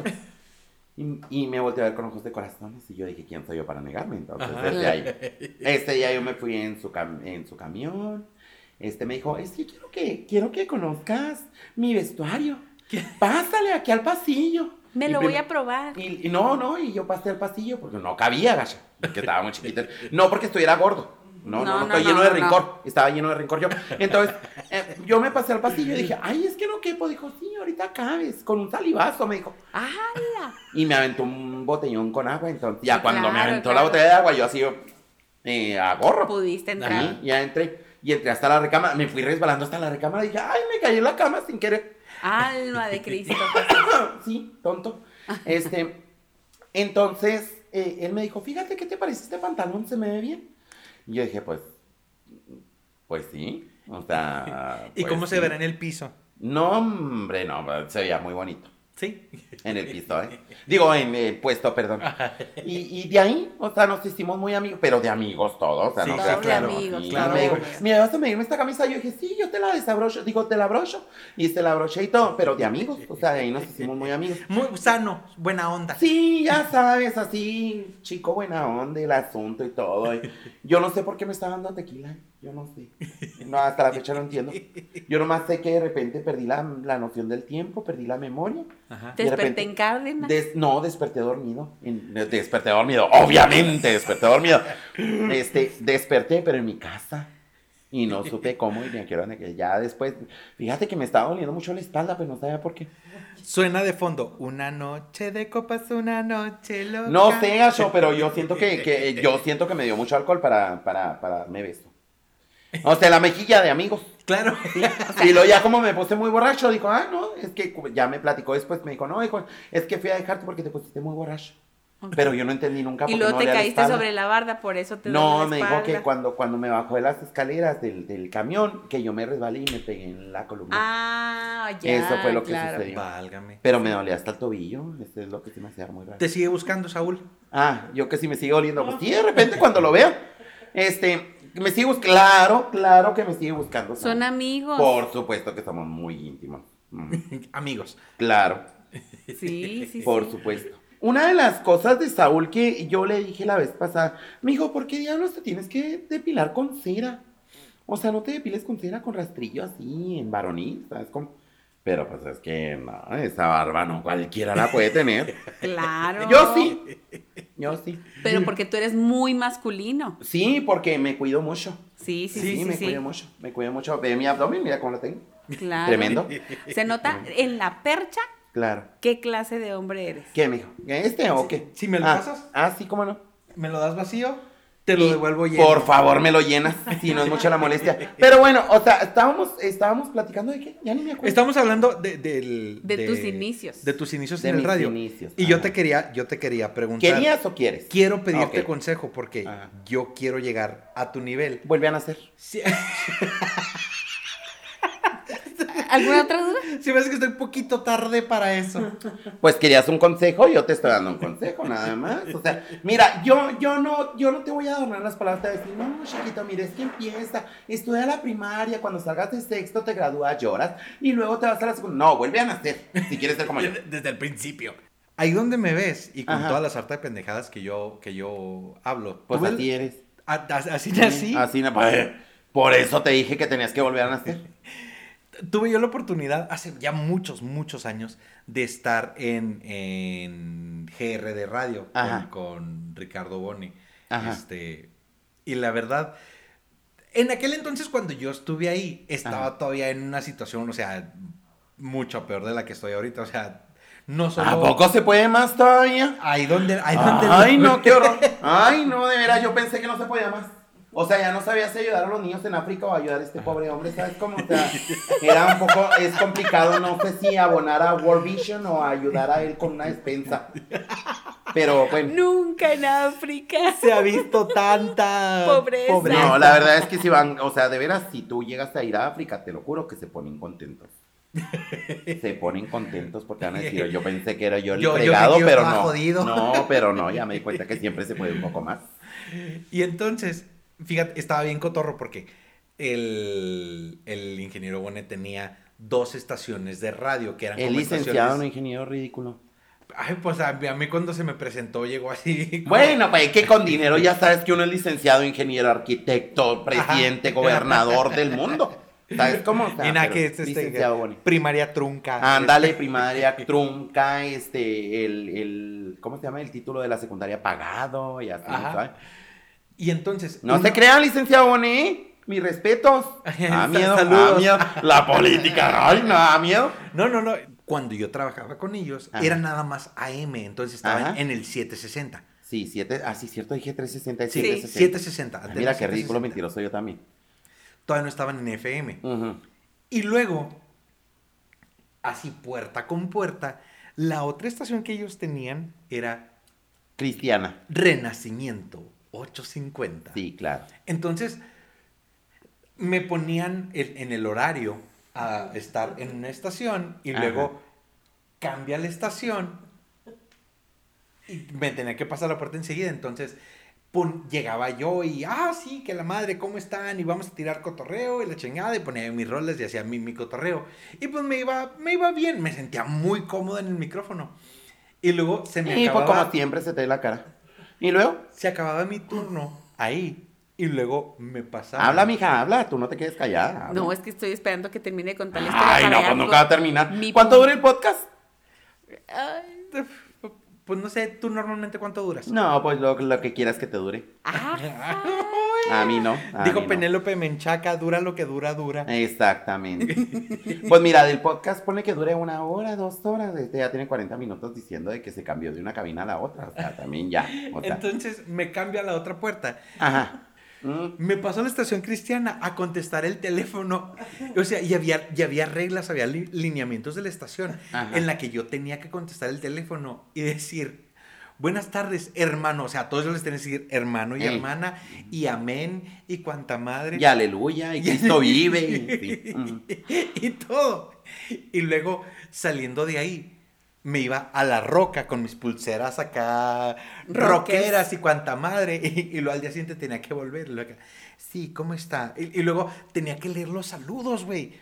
Y, y me volteé a ver con ojos de corazones y yo dije, ¿quién soy yo para negarme? Entonces, Ajá. desde ahí, este día yo me fui en su, cam- en su camión. Este me dijo, es que quiero que, quiero que conozcas mi vestuario. Pásale aquí al pasillo. Me Y lo prim- voy a probar. Y, y no, no, y yo pasé al pasillo porque no cabía, gacha, porque estaba muy chiquita. No porque estuviera gordo. No, no, No, no, no, estoy no, lleno de no. rencor. Estaba lleno de rencor yo. Entonces, eh, yo me pasé al pasillo y dije, ay, es que no quepo. Dijo, sí, ahorita cabes. Con un salivazo, me dijo. ¡Hala! Y me aventó un botellón con agua. Entonces, ya Sí, cuando me claro, aventó claro. la botella de agua, yo así, eh, a gorro. Pudiste entrar. Ahí, ya entré. Y entré hasta la recámara. Me fui resbalando hasta la recámara. Y dije, ay, me caí en la cama sin querer. Alma de Cristo. Sí, tonto. Este, entonces, eh, él me dijo, fíjate, ¿qué te parece este pantalón? ¿Se me ve bien? Y yo dije, pues, pues sí. O sea. ¿Y pues cómo se sí. verá en el piso? No, hombre, no, se veía muy bonito. Sí. En el piso, ¿eh? Digo, en el puesto, perdón. Y, y de ahí, o sea, nos hicimos muy amigos, pero de amigos todos, o sea, Sí, no sí, creas claro. que no. amigos, Y claro. me dijo, mira, ¿vas a medirme esta camisa? Yo dije, sí, yo te la desabrocho, digo, te la abrocho. Y se la abroché y todo, pero de amigos, o sea, de ahí nos hicimos muy amigos. Muy sano, buena onda. Sí, ya sabes, así, chico buena onda, el asunto y todo. y yo no sé por qué me está dando tequila, yo no sé. No, hasta la fecha no entiendo. Yo nomás sé que de repente perdí la, la noción del tiempo, perdí la memoria. Ajá. Te de desperté repente- en Cárdenas. Des- no, desperté dormido. En- desperté dormido, obviamente, desperté dormido. Este, desperté, pero en mi casa. Y no supe cómo y ni a qué hora, ni a qué- ya después, fíjate que me estaba doliendo mucho la espalda, pero no sabía por qué. Suena de fondo, una noche de copas, una noche loca. No sé, Gacho, pero yo siento que, que yo siento que me dio mucho alcohol para, para, para darme beso. O sea, la mejilla de amigos. Claro. Y luego ya como me puse muy borracho, dijo, ah, no, es que ya me platicó después, me dijo, no, hijo, es que fui a dejarte porque te pusiste muy borracho. Pero yo no entendí nunca Y porque luego no te olía la caíste espalda. sobre la barda, por eso te No, duele la me dijo que espalda. cuando, cuando me bajó de las escaleras del, del camión, que yo me resbalé y me pegué en la columna. Ah, ya, Eso fue lo que claro. sucedió. Válgame. Pero me dolía hasta el tobillo, eso es lo que se me hacía muy raro. ¿Te sigue buscando, Saúl? Ah, yo que sí me sigue oliendo, pues sí, de repente cuando lo veo, este, me sigue buscando, claro, claro que me sigue buscando. Son ¿sabes? amigos. Por supuesto que somos muy íntimos. Mm. Amigos. Claro. Sí, sí, Por sí. supuesto. Una de las cosas de Saúl que yo le dije la vez pasada, me dijo, ¿por qué diablos te tienes que depilar con cera? O sea, no te depiles con cera, con rastrillo así, en varonil, ¿sabes cómo? Pero pues es que no, esa barba no cualquiera la puede tener. Claro. Yo sí, yo sí. Pero porque tú eres muy masculino. Sí, porque me cuido mucho. Sí, sí, Sí, sí, sí. me sí. cuido mucho, me cuido mucho. Ve mi abdomen, mira cómo lo tengo. Claro. Tremendo. Se nota en la percha Claro. qué clase de hombre eres. ¿Qué, mijo? ¿Este o qué? ¿Sí me lo ah, pasas? Ah, sí, cómo no. ¿Me lo das vacío? Te lo Y, devuelvo lleno. Por favor, me lo llenas, si no es mucha la molestia. Pero bueno, o sea, estábamos, estábamos platicando de qué, ya ni me acuerdo. Estamos hablando de, del- De tus inicios. De tus inicios De en el mis radio. inicios, Y yo ajá. te quería, yo te quería preguntar. ¿Querías o quieres? Quiero pedirte Ok. consejo porque Ajá. yo quiero llegar a tu nivel. Vuelve a nacer. Sí, ¿Alguna otra duda? sí me hace que estoy un poquito tarde para eso. Pues querías un consejo, yo te estoy dando un consejo, nada más. O sea, mira, yo, yo no, yo no te voy a adornar las palabras, te voy a decir, no, chiquito, mira, es que empieza, estudia la primaria, cuando salgas de sexto te gradúas, lloras, y luego te vas a la segunda. No, vuelve a nacer, si quieres ser como yo. Desde, desde el principio. Ahí donde me ves y con Ajá. todas las hartas de pendejadas que yo, que yo hablo. Pues ¿tú ves- así eres. a- a- así nací. Así, no, pues, por eso te dije que tenías que volver a nacer. Tuve yo la oportunidad hace ya muchos, muchos años de estar en, en G R de Radio con, Ajá. con Ricardo Boni. Ajá. Este, y la verdad, en aquel entonces cuando yo estuve ahí, estaba Ajá. todavía en una situación, o sea, mucho peor de la que estoy ahorita. O sea, no solo... ¿A poco se puede más todavía? Ahí donde... Ahí donde Ay, no, qué horror. Ay, no, de veras, yo pensé que no se podía más. O sea, ya no sabías si ayudar a los niños en África o ayudar a este pobre hombre, ¿sabes cómo? O sea, era un poco, es complicado, no sé si abonar a World Vision o ayudar a él con una despensa. Pero bueno. Nunca en África. se ha visto tanta Pobreza. No, la verdad es que si van, o sea, de veras, si tú llegas a ir a África, te lo juro que se ponen contentos. Se ponen contentos porque van a decir, yo pensé que era yo el Yo- yo fregado, pensé que yo pero estaba no. jodido. No, pero no, ya me di cuenta que siempre se puede un poco más. Y entonces, fíjate, estaba bien cotorro porque el, el ingeniero Bonet tenía dos estaciones de radio que eran El como licenciado, no estaciones- ingeniero ridículo. Ay, pues a, mí- a mí cuando se me presentó llegó así. como- Bueno, pues que con dinero ya sabes que uno es licenciado, ingeniero, arquitecto, presidente, Ajá. gobernador del mundo. ¿Sabes cómo? O sea, Y nada, pero que es este, licenciado Boni. primaria trunca. Ándale, primaria, trunca, este, el, el, ¿cómo se llama? El título de la secundaria pagado y así, Ajá. ¿sabes? Y entonces. No uno- se crean, licenciado Boni, mis respetos. Da miedo, da Saludos. miedo. La política, ay, no da miedo. No, no, no. Cuando yo trabajaba con ellos, Ajá. era nada más A M, entonces estaban Ajá. en el setecientos sesenta. Sí, siete, ah, sí, cierto, dije trescientos sesenta y Sí, siete setecientos sesenta. Ay, mira qué ridículo mentiroso yo también. Todavía no estaban en F M. Ujú. Y luego, así puerta con puerta, la otra estación que ellos tenían era Cristiana. Renacimiento ochocientos cincuenta. Sí, claro. Entonces, me ponían el- en el horario a estar en una estación y Ajá. luego cambia la estación y me tenía que pasar la puerta enseguida. Entonces, pon- llegaba yo y, ah, sí, que la madre, ¿cómo están? Y vamos a tirar cotorreo y la chingada y ponía mis roles y hacía mi, mi cotorreo. Y pues me iba, me iba bien, me sentía muy cómodo en el micrófono. Y luego se me Y pues acababa... como siempre se te ve la cara. ¿Y luego? Se acababa mi turno ahí y luego me pasaba. Habla, mija, habla. Tú no te quedes callada. habla. No, es que estoy esperando que termine de contar la historia. Ay, para no, ya pues nunca co- va a terminar. mi ¿Cuánto punto. dura el podcast? Ay, Pues no sé, ¿tú normalmente cuánto duras? No, pues lo, lo que quieras que te dure. ajá. A mí no. a Dijo mí no. Penélope Menchaca, dura lo que dura, dura. Exactamente. Pues mira, del podcast pone que dure una hora, dos horas. Este ya tiene cuarenta minutos diciendo de que se cambió de una cabina a la otra. O sea, también ya. O sea, Entonces me cambia a la otra puerta. ajá. Mm. Me pasó a la estación cristiana a contestar el teléfono. O sea, y había, y había reglas, había li- lineamientos de la estación Ajá. en la que yo tenía que contestar el teléfono y decir, buenas tardes, hermano. O sea, a todos yo les tenía que decir hermano y Eh. hermana, y amén, y cuanta madre. Y aleluya, y Cristo vive. Y, sí. Mm. y todo. Y luego, saliendo de ahí, me iba a la roca con mis pulseras acá, Rockers. rockeras y cuanta madre. Y, y luego al día siguiente tenía que volver. Y luego acá, sí, ¿cómo está? Y, y luego tenía que leer los saludos, güey.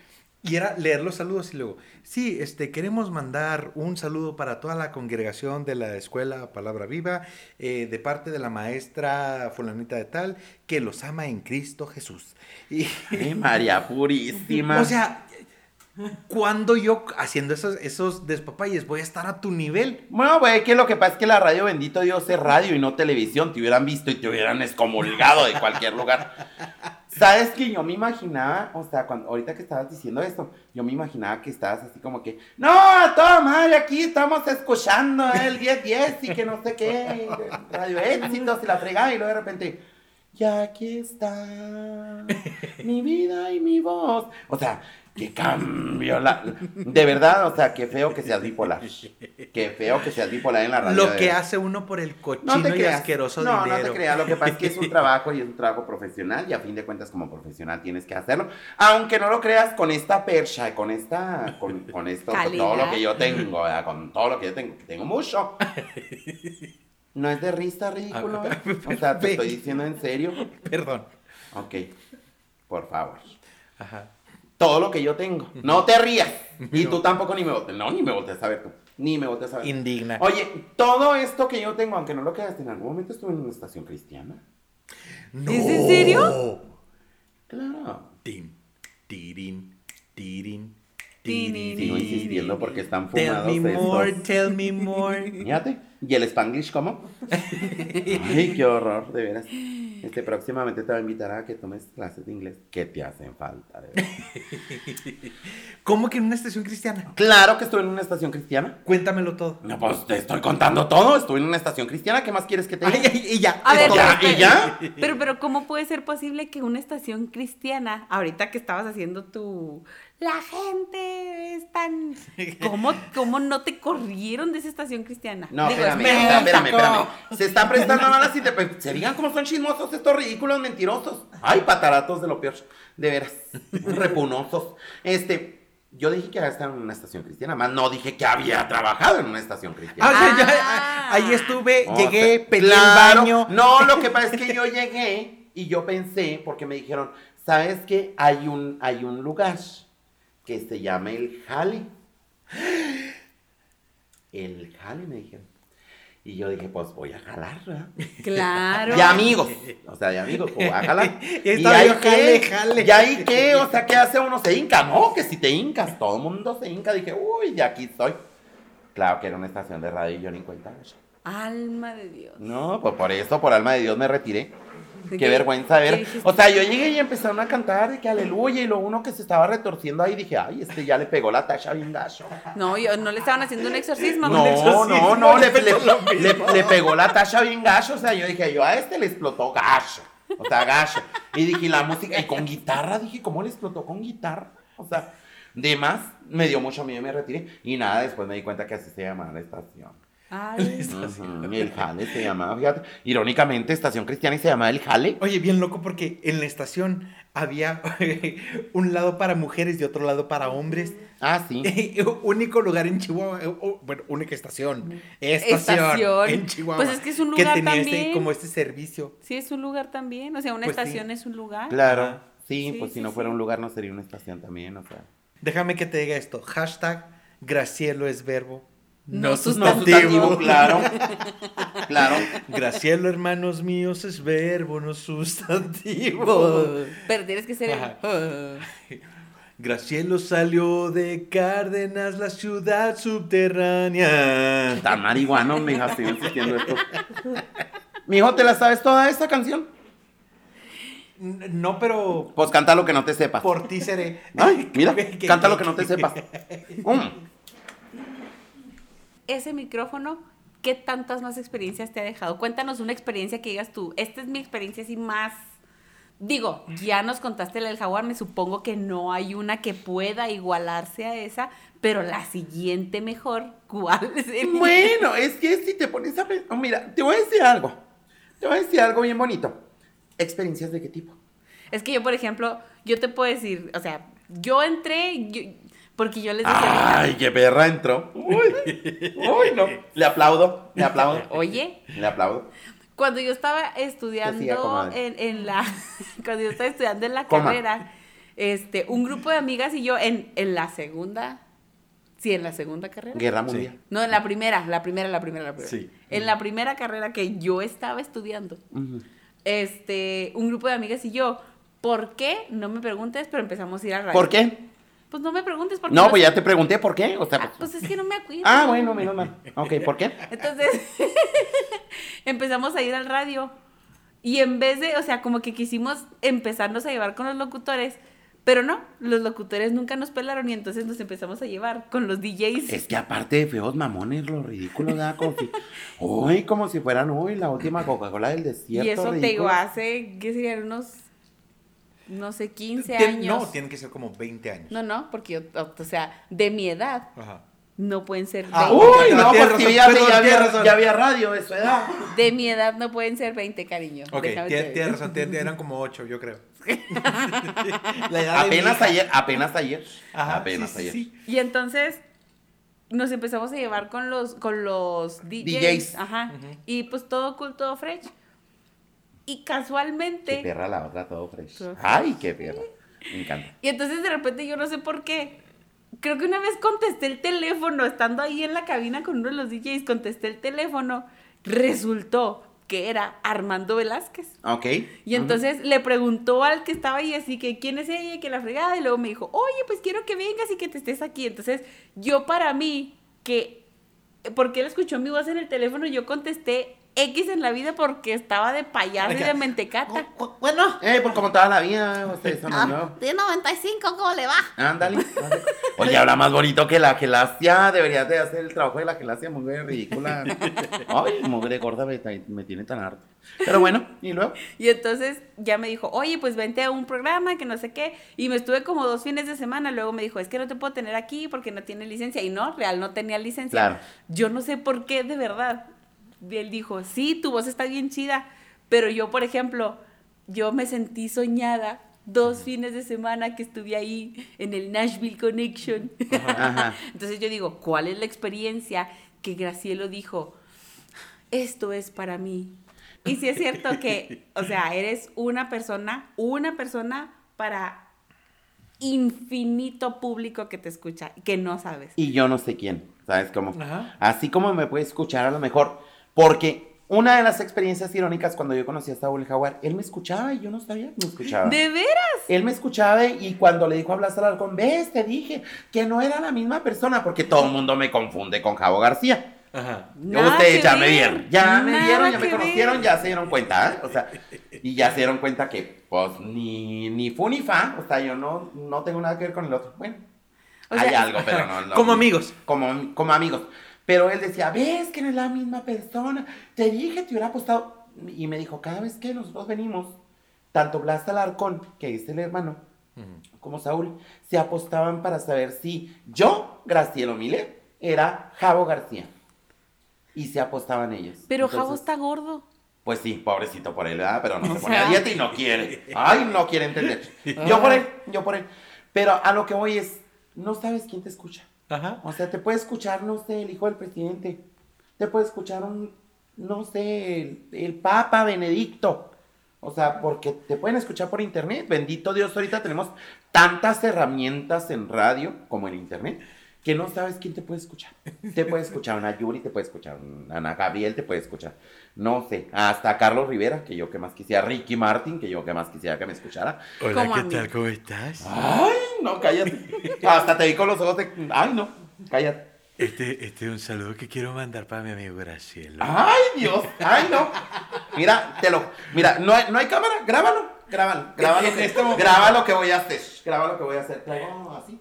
Y era leer los saludos y luego, sí, este, queremos mandar un saludo para toda la congregación de la escuela Palabra Viva, eh, de parte de la maestra fulanita de tal, que los ama en Cristo Jesús. Y, Ay, María Purísima. o sea, ¿cuándo yo haciendo esos, esos despapayes voy a estar a tu nivel? Bueno, güey, que lo que pasa es que la radio, bendito Dios, es radio y no televisión. Te hubieran visto y te hubieran excomulgado de cualquier lugar. ¿Sabes que yo me imaginaba, o sea, cuando, ahorita que estabas diciendo esto, yo me imaginaba que estabas así como que, no, a toda madre, aquí estamos escuchando el diez diez y que no sé qué, Radio Éxitos y la fregada, y luego de repente, ya aquí está mi vida y mi voz. O sea, qué cambio, la, de verdad, o sea, qué feo que seas bipolar. Qué feo que seas bipolar en la radio. Lo que hace uno por el cochino no y asqueroso no, dinero. No, no te creas, lo que pasa es que es un trabajo y es un trabajo profesional y a fin de cuentas como profesional tienes que hacerlo. Aunque no lo creas, con esta percha, con esta, con, con esto, con todo lo que yo tengo, ¿verdad? Con todo lo que yo tengo, que tengo mucho. No es de risa, ridículo. O sea, te estoy diciendo en serio. Perdón. Ok, por favor. Ajá. Todo lo que yo tengo. No te rías. Y tú tampoco ni me voltees. No, ni me voltees a ver tú. Ni me voltees a ver. Indigna. Oye, todo esto que yo tengo, aunque no lo creas, en algún momento estuve en una estación cristiana. No. ¿Es en serio? Claro. Tin, tirin, tirin, Tirin. Sigo insistiendo porque están fumados Tell me more, estos. tell me more. Fíjate. ¿Y el Spanglish cómo? Ay, qué horror, de veras. Este, próximamente te voy a invitar a que tomes clases de inglés que te hacen falta, de verdad. ¿Cómo que en una estación cristiana? Claro que estuve en una estación cristiana. Cuéntamelo todo. No, pues te estoy contando todo. Estuve en una estación cristiana. ¿Qué más quieres que te diga? Ay, ay, y ya. A ver, ¿Ya? pero, ¿Y ya? Pero, pero, ¿cómo puede ser posible que una estación cristiana, ahorita que estabas haciendo tu... La gente es tan... ¿Cómo, cómo no te corrieron de esa estación cristiana? No, Digo, espérame, es espérame, espérame, México. espérame. Se está prestando malas y te... Se digan cómo son chismosos estos ridículos mentirosos. Ay, pataratos de lo peor. De veras. Repunosos. Este... Yo dije que había estado en una estación cristiana, más no dije que había trabajado en una estación cristiana. Ah, o sea, ya, Ah. ahí estuve, O llegué, sea, pedí claro. el baño. No, lo que pasa es que yo llegué y yo pensé, porque me dijeron, ¿sabes qué? Hay un, hay un lugar que se llama el Jale. El Jale, me dijeron. Y yo dije, pues voy a jalar, ¿verdad? Claro. De amigos, o sea, de amigos, pues voy a jalar. Y estaba ahí yo, qué, jale, jale. ¿Y ahí qué? O sea, ¿qué hace uno? ¿Se hinca? No, que si te hincas, todo el mundo se hinca. Dije, uy, de aquí estoy. Claro que era una estación de radio y yo ni cuenta. Alma de Dios. No, pues por eso, por alma de Dios me retiré. Qué, ¿Qué- vergüenza de qué ver. dijiste? O sea, yo llegué y empezaron a cantar de que aleluya y lo uno que se estaba retorciendo ahí dije, ay, este ya le pegó la tacha bien gacho. No, yo, no le estaban haciendo un exorcismo. No, exorcismo, no, no, le, le le, pasó lo mismo. le- le pegó la tacha bien gacho. O sea, yo dije, yo a este le explotó gacho. O sea, gacho. Y dije, y la música, y con guitarra, dije, ¿cómo le explotó con guitarra? O sea, de más, me dio mucho miedo y me retiré. Y nada, después me di cuenta que así se llamaba la estación. Ay, Ujú, el Jale se llamaba, fíjate. Irónicamente, estación cristiana y se llamaba el Jale. Oye, bien loco porque en la estación había un lado para mujeres y otro lado para hombres. Ah, sí. Único lugar en Chihuahua, eh, oh, bueno, única estación, estación, Estación. en Chihuahua. Pues es que es un lugar que tenía este- también. como este servicio. sí, es un lugar también. O sea, una Pues sí. estación es un lugar. Claro. Ajá. Sí, Sí, pues si sí, no sí. fuera un lugar no sería una estación también, o sea. Déjame que te diga esto. Hashtag Gracielo es verbo. No No sustantivo. sustantivo, claro. Claro. Gracielo, hermanos míos, es verbo, no sustantivo. Oh, pero tienes que ser el- Ajá. oh. Gracielo salió de Cárdenas, la ciudad subterránea. Tan marihuano, mija, estoy insistiendo esto. Mijo, ¿te la sabes toda esta canción? N- No, pero Pues canta lo que no te sepas. por ti seré. Ay, mira, Que- canta lo que no te sepas. Mm. Ese micrófono, ¿qué tantas más experiencias te ha dejado? Cuéntanos una experiencia que digas tú. Esta es mi experiencia así más... Digo, ya nos contaste la del jaguar, me supongo que no hay una que pueda igualarse a esa, pero la siguiente mejor, ¿cuál sería? Bueno, es que si te pones a pensar, mira, te voy a decir algo. Te voy a decir algo bien bonito. ¿Experiencias de qué tipo? Es que yo, por ejemplo, yo te puedo decir, o sea, yo entré, yo- porque yo les decía, Ay, qué perra entró. Uy, uy, no. Le aplaudo, le aplaudo. oye, Le aplaudo. cuando yo estaba Que siga, estudiando comadre. en, en la, cuando yo estaba estudiando en la Coma. carrera, Este, un grupo de amigas y yo en, en la segunda, sí, en la segunda carrera. Guerra Mundial. Sí. No, en la primera, la primera, la primera, la primera. Sí. En la primera carrera que yo estaba estudiando, Ujú. este, un grupo de amigas y yo, ¿por qué? No me preguntes, pero empezamos a ir a radio. ¿Por qué? Pues no me preguntes por qué. No, pues ya te pregunté por qué. O sea, Ah, pues es que no me acuerdo. ah, bueno, menos mal. Ok, ¿por qué? Entonces, empezamos a ir al radio. Y en vez de, o sea, como que quisimos empezarnos a llevar con los locutores, pero no, los locutores nunca nos pelaron y entonces nos empezamos a llevar con los D Js. Es que aparte de feos mamones, lo ridículo da como si, uy, como si fueran hoy la última Coca-Cola del desierto. Y eso te digo, ridículo. hace, ¿qué serían? Unos, no sé, quince Tien- años. No, tienen que ser como veinte años. No, no, porque yo, o, o sea, de mi edad, Ajá. no pueden ser Ah, veinte. Uy, Tienes no, pues razón, sí, ya, perdón, ya, tienes había, razón. ya había radio de su edad. De mi edad no pueden ser veinte, cariño. Ok, Déjame tienes, te- tienes razón, tienes- eran como ocho, yo creo. La edad de mi Apenas hija. ayer, apenas ayer. Ajá, apenas sí, sí, ayer. sí. Y entonces nos empezamos a llevar con los, con los D Js. D Js. Ajá. Ujú. Y pues todo cool, todo fresh. Y Qué casualmente. perra la otra, todo fresh. Todo Ay, qué perra. Me encanta. Y entonces de repente yo no sé por qué. Creo que una vez contesté el teléfono, estando ahí en la cabina con uno de los D Js, contesté el teléfono. Resultó que era Armando Velázquez. Ok. Y entonces le preguntó al que estaba ahí así que quién es ella y que la fregada y luego me dijo, oye, pues quiero que vengas y que te estés aquí. Entonces yo para mí, que porque él escuchó mi voz en el teléfono, yo contesté X en la vida porque estaba de payaso y de mentecata. Bueno. Eh, pues como toda la vida, ustedes son los nuevos. De noventa y cinco, ¿cómo le va? Ándale. ándale. Oye, habla más bonito que la gelasia. Deberías de hacer el trabajo de la gelasia, mugre ridícula. Ay, mugre gorda me, me tiene tan harto. Pero bueno, y luego. Y entonces ya me dijo, oye, pues vente a un programa que no sé qué. Y me estuve como dos fines de semana. Luego me dijo, es que no te puedo tener aquí porque no tiene licencia. Y no, real, no tenía licencia. Claro. Yo no sé por qué, de verdad. Y él dijo, sí, tu voz está bien chida. Pero yo, por ejemplo, yo me sentí soñada dos fines de semana que estuve ahí en el Nashville Connection. Ajá. Entonces yo digo, ¿cuál es la experiencia que Gracielo dijo? Esto es para mí. Y sí es cierto que, o sea, eres una persona, una persona para infinito público que te escucha, que no sabes. Y yo no sé quién, ¿sabes cómo? Ajá. Así como me puede escuchar a lo mejor, porque una de las experiencias irónicas cuando yo conocí a Saúl el Jaguar, él me escuchaba y yo no sabía que me escuchaba. ¿De veras? Él me escuchaba y cuando le dijo a Blas Alarcón, ves, te dije que no era la misma persona, porque todo el mundo me confunde con Javo García. Ajá. Nada Ustedes que ya me ver. vieron, ya me Nada vieron, ya me que conocieron, ver. ya se dieron cuenta, ¿eh? O sea, y ya se dieron cuenta que, pues, ni, ni fu ni fa, o sea, yo no, no tengo nada que ver con el otro. Bueno, O hay sea, algo, pero no, no. Como amigos. Como, como amigos. Pero él decía, ves que no es la misma persona, te dije, te hubiera apostado. Y me dijo, cada vez que nosotros venimos, tanto Blas Alarcón, que es el hermano, Ujú. como Saúl, se apostaban para saber si yo, Gracielo Miller, era Javo García. Y se apostaban ellos. Pero Entonces, Javo está gordo. Pues sí, pobrecito por él, ¿verdad? Pero no O se pone sea. a dieta y no quiere. Ay, no quiere entender. Yo por él, yo por él. Pero a lo que voy es, no sabes quién te escucha. Ajá. O sea, te puede escuchar, no sé, el hijo del presidente. Te puede escuchar un, no sé, el, el Papa Benedicto. O sea, porque te pueden escuchar por internet. Bendito Dios, ahorita tenemos tantas herramientas en radio como en internet que no sabes quién te puede escuchar. Te puede escuchar una Yuri, te puede escuchar una Ana Gabriel, te puede escuchar, no sé, hasta Carlos Rivera, que yo que más quisiera, Ricky Martin, que yo que más quisiera que me escuchara. Hola, Como ¿qué a mí. tal? ¿Cómo estás? Ay, no, cállate. Hasta te vi con los ojos de, ay, no, cállate. Este, este es un saludo que quiero mandar para mi amigo Gracielo. Ay, Dios, ay, no. Mira, te lo, mira, no hay, no hay cámara, grábalo, grábalo, grábalo, En que, este momento. graba lo que voy a hacer, graba lo que voy a hacer, traigo así.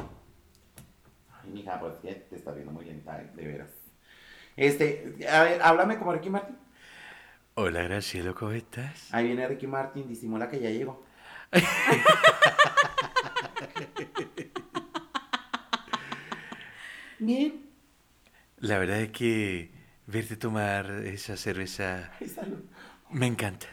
Ay, mija, pues que te está viendo muy lenta, eh, de veras. Este, a ver, háblame como Ricky Martin. Hola, Gracielo, ¿cómo estás? Ahí viene Ricky Martin, disimula que ya llegó. Bien. La verdad es que verte tomar esa cerveza Ay, salud. me encanta.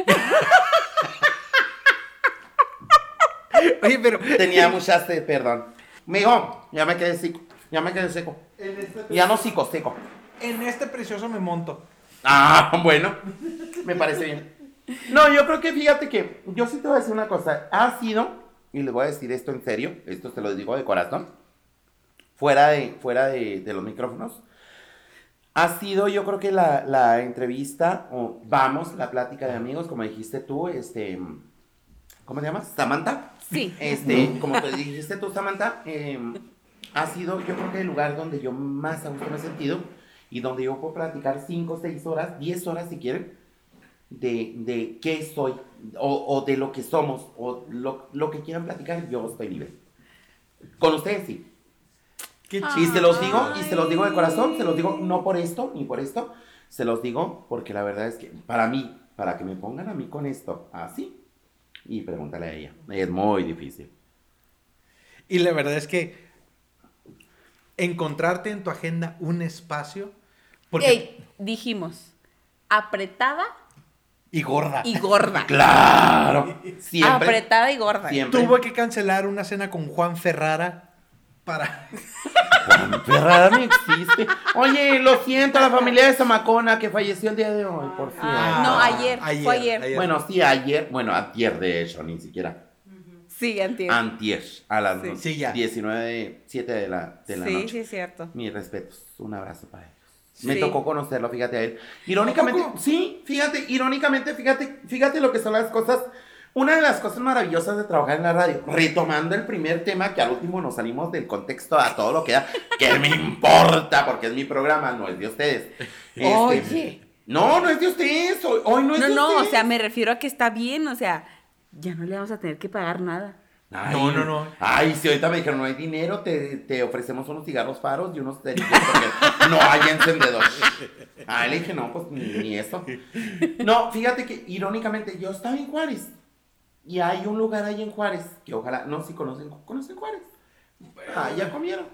Oye, pero... Tenía mucha sed, perdón. Mijo, ya me quedé seco, ya me quedé seco. En este, Ya no seco, seco. en este precioso me monto. Ah, bueno, me parece bien. No, yo creo que fíjate que yo sí te voy a decir una cosa. Ha sido y les voy a decir esto en serio, esto se lo digo de corazón, fuera de, fuera de, de los micrófonos, ha sido yo creo que la, la entrevista, o vamos, la plática de amigos, como dijiste tú, este, ¿cómo te llamas? ¿Samantha? Sí. Este, como te dijiste tú, Samantha, eh, ha sido yo creo que el lugar donde yo más a gusto me he sentido y donde yo puedo platicar cinco, seis horas, diez horas si quieren, de, de qué soy, o, o de lo que somos, o lo, lo que quieran platicar, yo estoy libre. Con ustedes sí. Qué chido. Y se los digo, y se los digo de corazón, se los digo no por esto, ni por esto, se los digo porque la verdad es que para mí, para que me pongan a mí con esto, así, y pregúntale a ella, es muy difícil. Y la verdad es que encontrarte en tu agenda un espacio, porque... Ey, dijimos, apretada y gorda. y gorda. ¡Claro! Siempre. Apretada y gorda. Siempre. Tuve que cancelar una cena con Juan Ferrara para... Juan Ferrara no existe. Oye, lo siento a la familia de Zamacona que falleció el día de hoy, por fin. Ah, no, ayer, fue ayer. Bueno, sí, ayer, bueno, antier de hecho, ni siquiera. Sí, antier. Antier, a las Sí. Sí, ya. diecinueve, siete de la, de la sí, noche. sí, es cierto. Mis respetos, un abrazo para ellos. Sí. Me tocó conocerlo, fíjate a él. Irónicamente, ¿A poco? sí, fíjate, irónicamente, fíjate, fíjate lo que son las cosas. Una de las cosas maravillosas de trabajar en la radio, retomando el primer tema, que al último nos salimos del contexto a todo lo que da, que me importa, porque es mi programa, no es de ustedes. Este, Oye. No, no es de ustedes, hoy, hoy no es No, de no, o ustedes. sea, me refiero a que está bien, o sea, ya no le vamos a tener que pagar nada. Ay, No, no, no. Ay, si ahorita me dijeron no hay dinero, te, te ofrecemos unos cigarros faros y unos cerillos porque no hay encendedor. Ah, le dije, no, pues ni, ni eso. No, fíjate que irónicamente yo estaba en Juárez y hay un lugar ahí en Juárez que ojalá, no, si conocen, ¿conocen Juárez? Ah, ya comieron.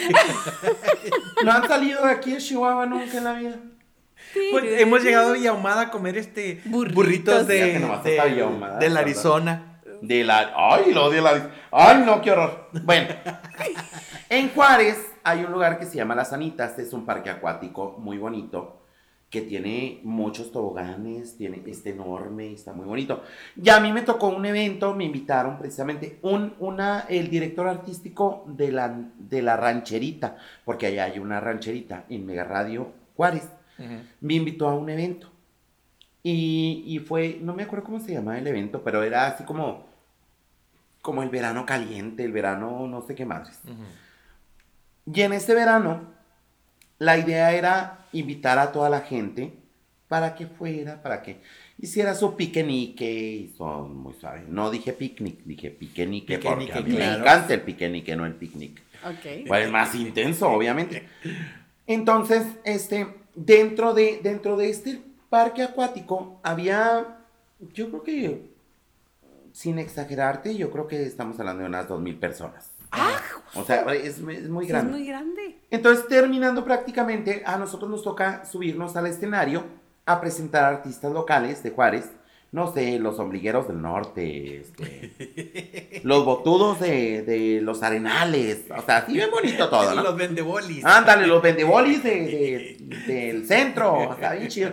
No han salido de aquí de Chihuahua nunca en la vida. Pues, hemos llegado a Villa Ahumada a comer este Burritos. burritos de, Fíjate nomás, de, hasta Villa Ahumada, del ¿verdad? Arizona. De la... Ay, lo de la... Ay, no, qué horror. Bueno, en Juárez hay un lugar que se llama Las Anitas. Es un parque acuático muy bonito que tiene muchos toboganes, tiene este enorme, está muy bonito. Y a mí me tocó un evento, me invitaron precisamente un, una, el director artístico de la, de la rancherita, porque allá hay una rancherita en Mega Radio Juárez. Uh-huh. Me invitó a un evento. Y, y fue, no me acuerdo cómo se llamaba el evento, pero era así como, como el verano caliente, el verano no sé qué madres. Uh-huh. Y en este verano, la idea era invitar a toda la gente para que fuera, para que hiciera su piquenique, y son muy suaves. No dije picnic, dije piquenique, porque Piquenique, a mí claro. me encanta el piquenique, no el picnic. Ok. Pues es más intenso, obviamente. Entonces, este, dentro de, dentro de este parque acuático había, yo creo que, sin exagerarte, yo creo que estamos hablando de unas dos mil personas. Ah, O sea, es, es muy sí, grande. es muy grande. Entonces, terminando prácticamente, a nosotros nos toca subirnos al escenario a presentar artistas locales de Juárez. No sé, los ombligueros del norte, este, los botudos de, de los arenales. O sea, así bien bonito todo, ¿no? Los vendebolis. Ándale, los vendebolis de, de- del centro. Está bien chido.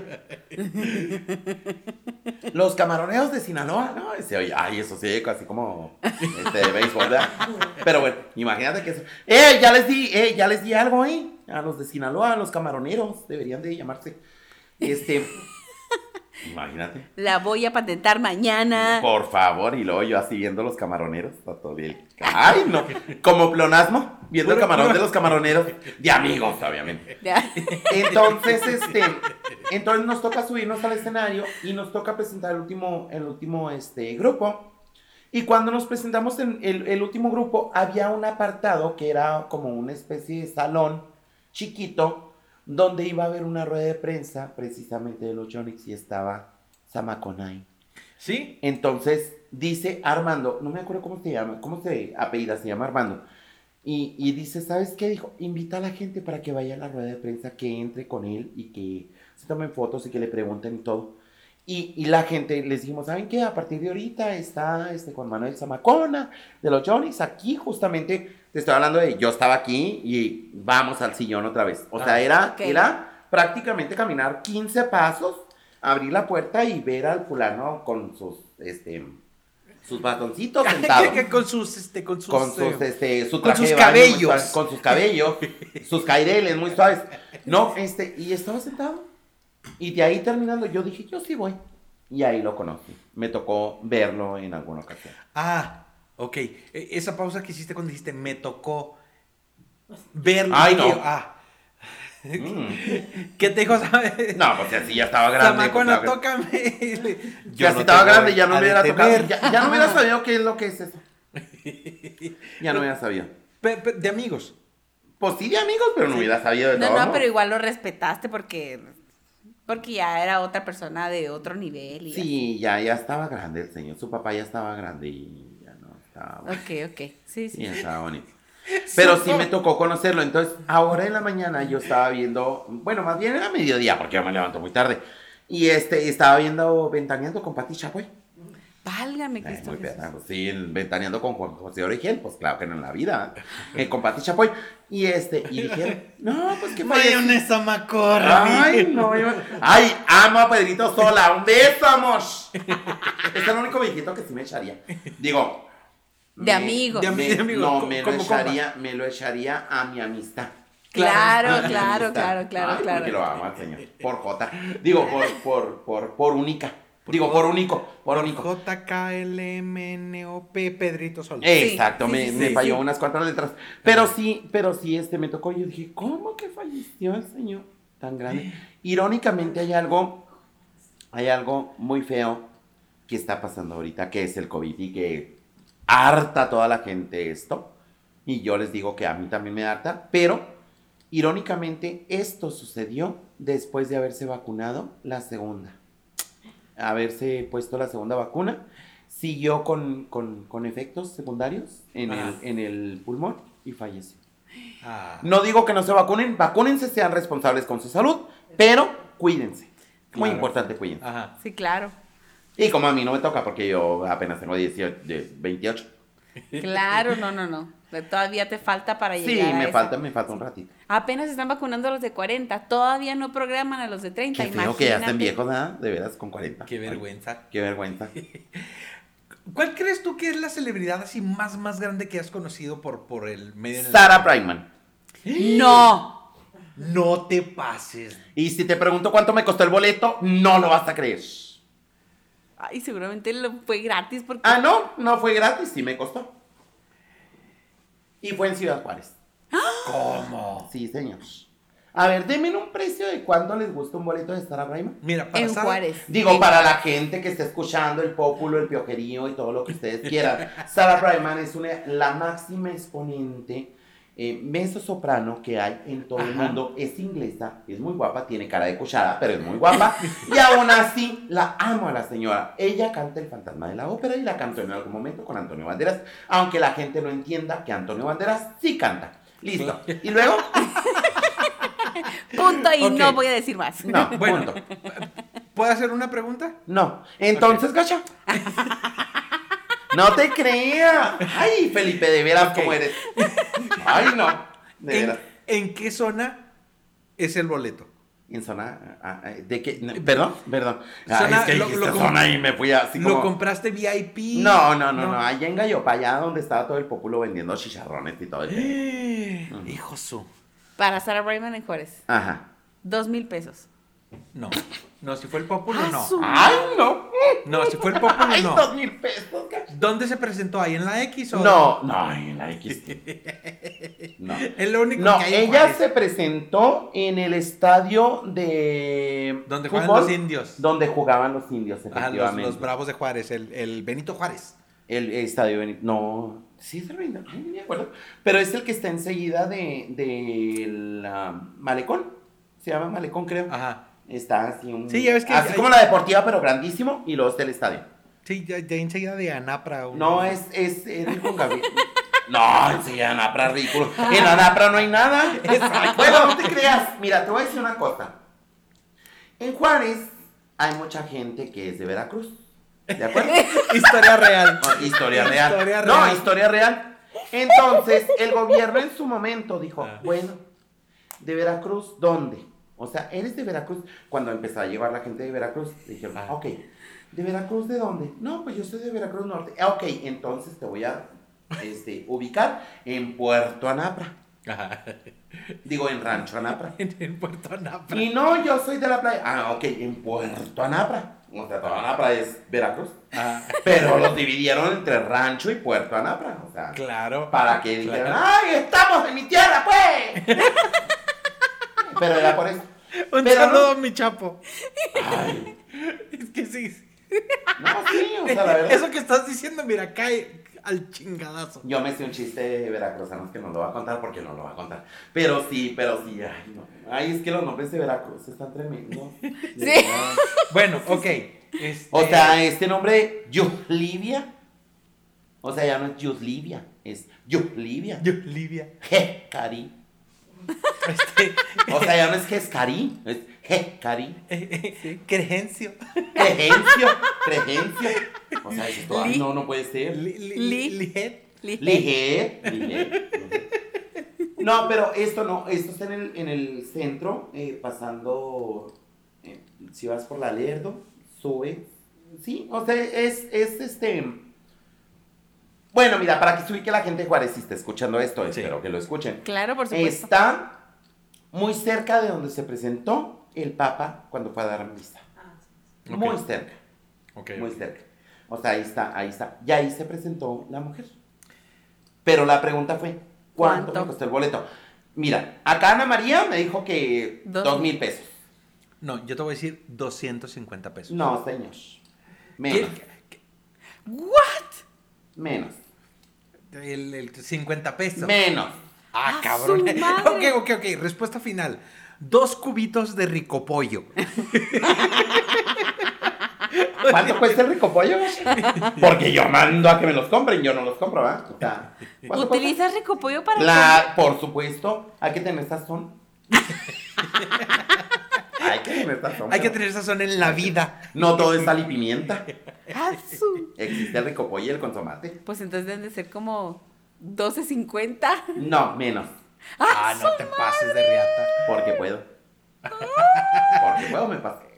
Los camaroneros de Sinaloa, ¿no? Ese, oye, ay, eso sí, así como este, de béisbol, ¿verdad? Pero bueno, imagínate que eso. ¡Eh! Ya les di, eh, ya les di algo, ¿eh? A los de Sinaloa, a los camaroneros, deberían de llamarse. Este. Imagínate. La voy a patentar mañana. Por favor, y luego yo así viendo los camaroneros. todo el- Ay, no. Como plonasmo, viendo el camarón de los camaroneros. De amigos, obviamente. Ya. Entonces, este, entonces nos toca subirnos al escenario y nos toca presentar el último, el último, este, grupo. Y cuando nos presentamos en el, el último grupo, había un apartado que era como una especie de salón chiquito, donde iba a haber una rueda de prensa, precisamente de los Yonix, y estaba Zamaconay. ¿Sí? Entonces, dice Armando, no me acuerdo cómo se llama, cómo se apellida, se llama Armando. Y, y dice, ¿sabes qué? Dijo, invita a la gente para que vaya a la rueda de prensa, que entre con él y que se tomen fotos y que le pregunten y todo. Y, y la gente, les dijimos, ¿saben qué? A partir de ahorita está este Juan Manuel Zamacona, de los Johnny's, aquí justamente, te estoy hablando de, yo estaba aquí y vamos al sillón otra vez. O sea, Ah, era, ok. era prácticamente caminar quince pasos, abrir la puerta y ver al fulano con sus, este... sus bastoncitos sentados. con sus, este, con sus, con sus, este, su con traje sus de baño muy cabellos. suave, con sus cabellos, sus caireles muy suaves. No, este, y estaba sentado. Y de ahí terminando, yo dije, yo sí voy. Y ahí lo conocí. Me tocó verlo en alguna ocasión. Ah, ok. E- Esa pausa que hiciste cuando dijiste, me tocó verlo. Ay, dije, no. Ah. Mm. ¿Qué te dijo? ¿Sabes? No, pues así ya estaba grande. Zamacona, pues, tócame. ya si estaba grande, ya no me hubiera tocado. Ya, ya no hubiera sabido qué es lo que es eso. Ya no hubiera sabido. Pe- pe- de amigos. Pues sí, de amigos, pero no hubiera sabido de No, todo. no, pero igual lo respetaste porque, porque ya era otra persona de otro nivel. Y Sí, ya, ya estaba grande el señor. Su papá ya estaba grande y ya no estaba. así. Ok, ok. Sí, sí. Sí, estaba bonito. Pero sí me tocó conocerlo. Entonces, ahora en la mañana yo estaba viendo, bueno, más bien era mediodía, porque yo me levanto muy tarde. Y este, estaba viendo Ventaneando con Pati Chapoy. Válgame Ay, Cristo muy Jesús. pena, pues sí, el Ventaneando con Juan José Origel, pues claro que no en la vida. Eh, con Pati Chapoy. Y este, y dijeron, no, pues que Mayonesa McCormick. Ay, no, yo- Ay, amo a Pedrito Sola. Un beso, amor. Es el único viejito que sí me echaría. Digo. De me- amigos. De ami- me- de amigos, No, co- me lo como echaría, me lo echaría a mi amistad. Claro, A mi claro, amistad. claro, claro, Ay, claro. porque lo amo al señor. Por J. Digo, por, por, por, por única. Digo, por único. Por único. J K L M N O P Pedrito Sol. Exacto, Sí, me, sí, sí, me sí, falló sí. unas cuantas letras. Pero sí, pero sí, este me tocó. Y yo dije, ¿cómo que falleció el señor tan grande? Irónicamente hay algo, hay algo muy feo que está pasando ahorita, que es el COVID y que harta a toda la gente esto. Y yo les digo que a mí también me harta, pero irónicamente esto sucedió después de haberse vacunado la segunda. Haberse puesto la segunda vacuna, siguió con, con, con efectos secundarios en el, Ajá. en el pulmón y falleció. Ah. No digo que no se vacunen, vacúnense, sean responsables con su salud, pero cuídense. Muy Claro. importante, cuídense. Ajá. Sí, claro. Y como a mí no me toca, porque yo apenas tengo dieciocho, de veintiocho. Claro, no, no, no. Todavía te falta para Sí, llegar a me esa. falta, me falta un ratito. Apenas están vacunando a los de cuarenta. Todavía no programan a los de treinta. Qué feo que ya estén imagínate. viejos, ¿verdad? De veras, con cuarenta. Qué vergüenza. Qué vergüenza. ¿Cuál crees tú que es la celebridad así más, más grande que has conocido por, por el medio? en el- Sarah Brightman. No. No te pases. Y si te pregunto cuánto me costó el boleto, no lo vas a creer. Ay, seguramente lo fue gratis porque. Ah, no, no fue gratis, sí me costó. Y fue en Ciudad Juárez. ¿Cómo? Sí, señor. A ver, denme un precio de cuánto les gusta un boleto de Sarah Brightman. Mira, para En Sara- Juárez. Digo, para la gente que está escuchando el pópulo, el piojerío y todo lo que ustedes quieran. Sarah Brightman es una, la máxima exponente eh, mezzo soprano que hay en todo el Ajá. mundo. Es inglesa, es muy guapa, tiene cara de cuchara, pero es muy guapa. Y aún así, la amo a la señora. Ella canta El Fantasma de la Ópera y la cantó en algún momento con Antonio Banderas, aunque la gente no entienda que Antonio Banderas sí canta. Listo. Y luego, Punto y Ok. no voy a decir más. no, Bueno. punto. ¿Puedo hacer una pregunta? No. Entonces, gacha. No te creas. Ay, Felipe, de veras Ok. como eres. Ay, no. De ¿En, veras. en qué zona es el boleto? En zona. ah, ah, ¿De qué? No, perdón, perdón. Ah, Zona- es que lo- dijiste lo com- zona y me fui así ¿Lo como. compraste V I P? No, no, no, no. Allá en Gallopa, allá donde estaba todo el pueblo vendiendo chicharrones y todo eso. Eh, Hijo su. Para Sarah Brightman en Juárez. Ajá. Dos mil pesos. No. No, si fue el Populo, Ah, no. su- Ay, no. No, si fue el Populo, Ay, no. dos mil pesos, gacha. ¿Dónde se presentó? ¿Ahí en la X o...? No, no, en la X. No. Es lo único No, que hay en ella Juárez. se presentó en el estadio de Donde juegan fútbol, los indios. Donde jugaban los indios, Ajá, efectivamente. los, los Bravos de Juárez, el, el Benito Juárez. El estadio Benito. No, sí es el Benito. Ay, no me acuerdo. Pero es el que está enseguida de, de la Malecón. Se llama Malecón, creo. Ajá. Está así un. Sí, ya ves que Así hay- como la deportiva, pero grandísimo. Y luego está el estadio. Sí, ya, ya enseguida de Anapra. un- No, es, es, es con Gabriel. No, enseguida Anapra, ridículo. En Anapra no hay nada. Bueno, no te creas. Mira, te voy a decir una cosa. En Juárez hay mucha gente que es de Veracruz. ¿De acuerdo? Historia real. No, historia real. Historia No, real. historia real. Entonces, el gobierno en su momento dijo, Ah. bueno, ¿de Veracruz dónde? O sea, ¿eres de Veracruz? Cuando empezó a llevar la gente de Veracruz, dijeron, Ah. ok, ¿De Veracruz de dónde? No, pues yo soy de Veracruz Norte. Ah, ok, entonces te voy a este, ubicar en Puerto Anapra. Ajá. Digo, en Rancho Anapra. En, en Puerto Anapra. Y no, yo soy de la playa. Ah, ok, en Puerto Anapra. O sea, toda Anapra es Veracruz. Ah. Pero los dividieron entre Rancho y Puerto Anapra. O sea, Claro. para que dijeran, Claro. ¡ay, estamos en mi tierra, pues! Pero era por eso. Un Pero saludo, no. mi chapo. Ay, Es que sí. no, sí, o sea, la verdad. Eso que estás diciendo, mira, cae al chingadazo. Yo me sé un chiste de veracruzanos que no lo va a contar porque no lo va a contar. Pero sí, pero sí, ay, no. Ay, es que los nombres de Veracruz están tremendos. Sí. Bueno, ok. Este... O sea, este nombre, Yuslivia. O sea, ya no es Yuslivia, es Yuslivia. Yo, Livia. Jecari. Este... O sea, ya no es Jescari, es Jecari. Sí. Cregencio. Cregencio, Cregencio. O sea, esto, ay, Li- no, no puede ser. Li, li, Li- Lijet. Liger, liger. No, pero esto no, esto está en el, en el centro, eh, pasando, eh, si vas por la Lerdo, sube, sí, o sea, es, es este, bueno, mira, para que se ubique la gente de Juárez, si está escuchando esto, Sí. espero que lo escuchen, Claro, por supuesto. está muy cerca de donde se presentó el Papa cuando fue a dar misa, Ok. muy cerca, Ok. muy cerca, o sea, ahí está, ahí está, y ahí se presentó la mujer, pero la pregunta fue, ¿cuánto, ¿Cuánto? me costó el boleto? Mira, acá Ana María me dijo que Dos. dos mil pesos. No, yo te voy a decir doscientos cincuenta pesos. No, señor. Menos, ¿Qué? ¿What? menos, El, el cincuenta pesos. menos. Ah, ¡A cabrón. su madre! Ok, ok, ok. Respuesta final. Dos cubitos de ricopollo. ¿Cuánto cuesta el rico pollo? Porque yo mando a que me los compren, yo no los compro, ¿verdad? O sea, ¿cuánto cuesta? ¿Utilizas ricopollo para La, por supuesto, hay que tener sazón. Hay que tener sazón. Hay que pero tener sazón en la vida. No todo es sal y pimienta. comer? Ah, su- Existe el rico pollo y el consomate. Pues entonces deben de ser como doce cincuenta. No, menos. Ah, no te pases de riata. Porque puedo. Porque puedo, me paso.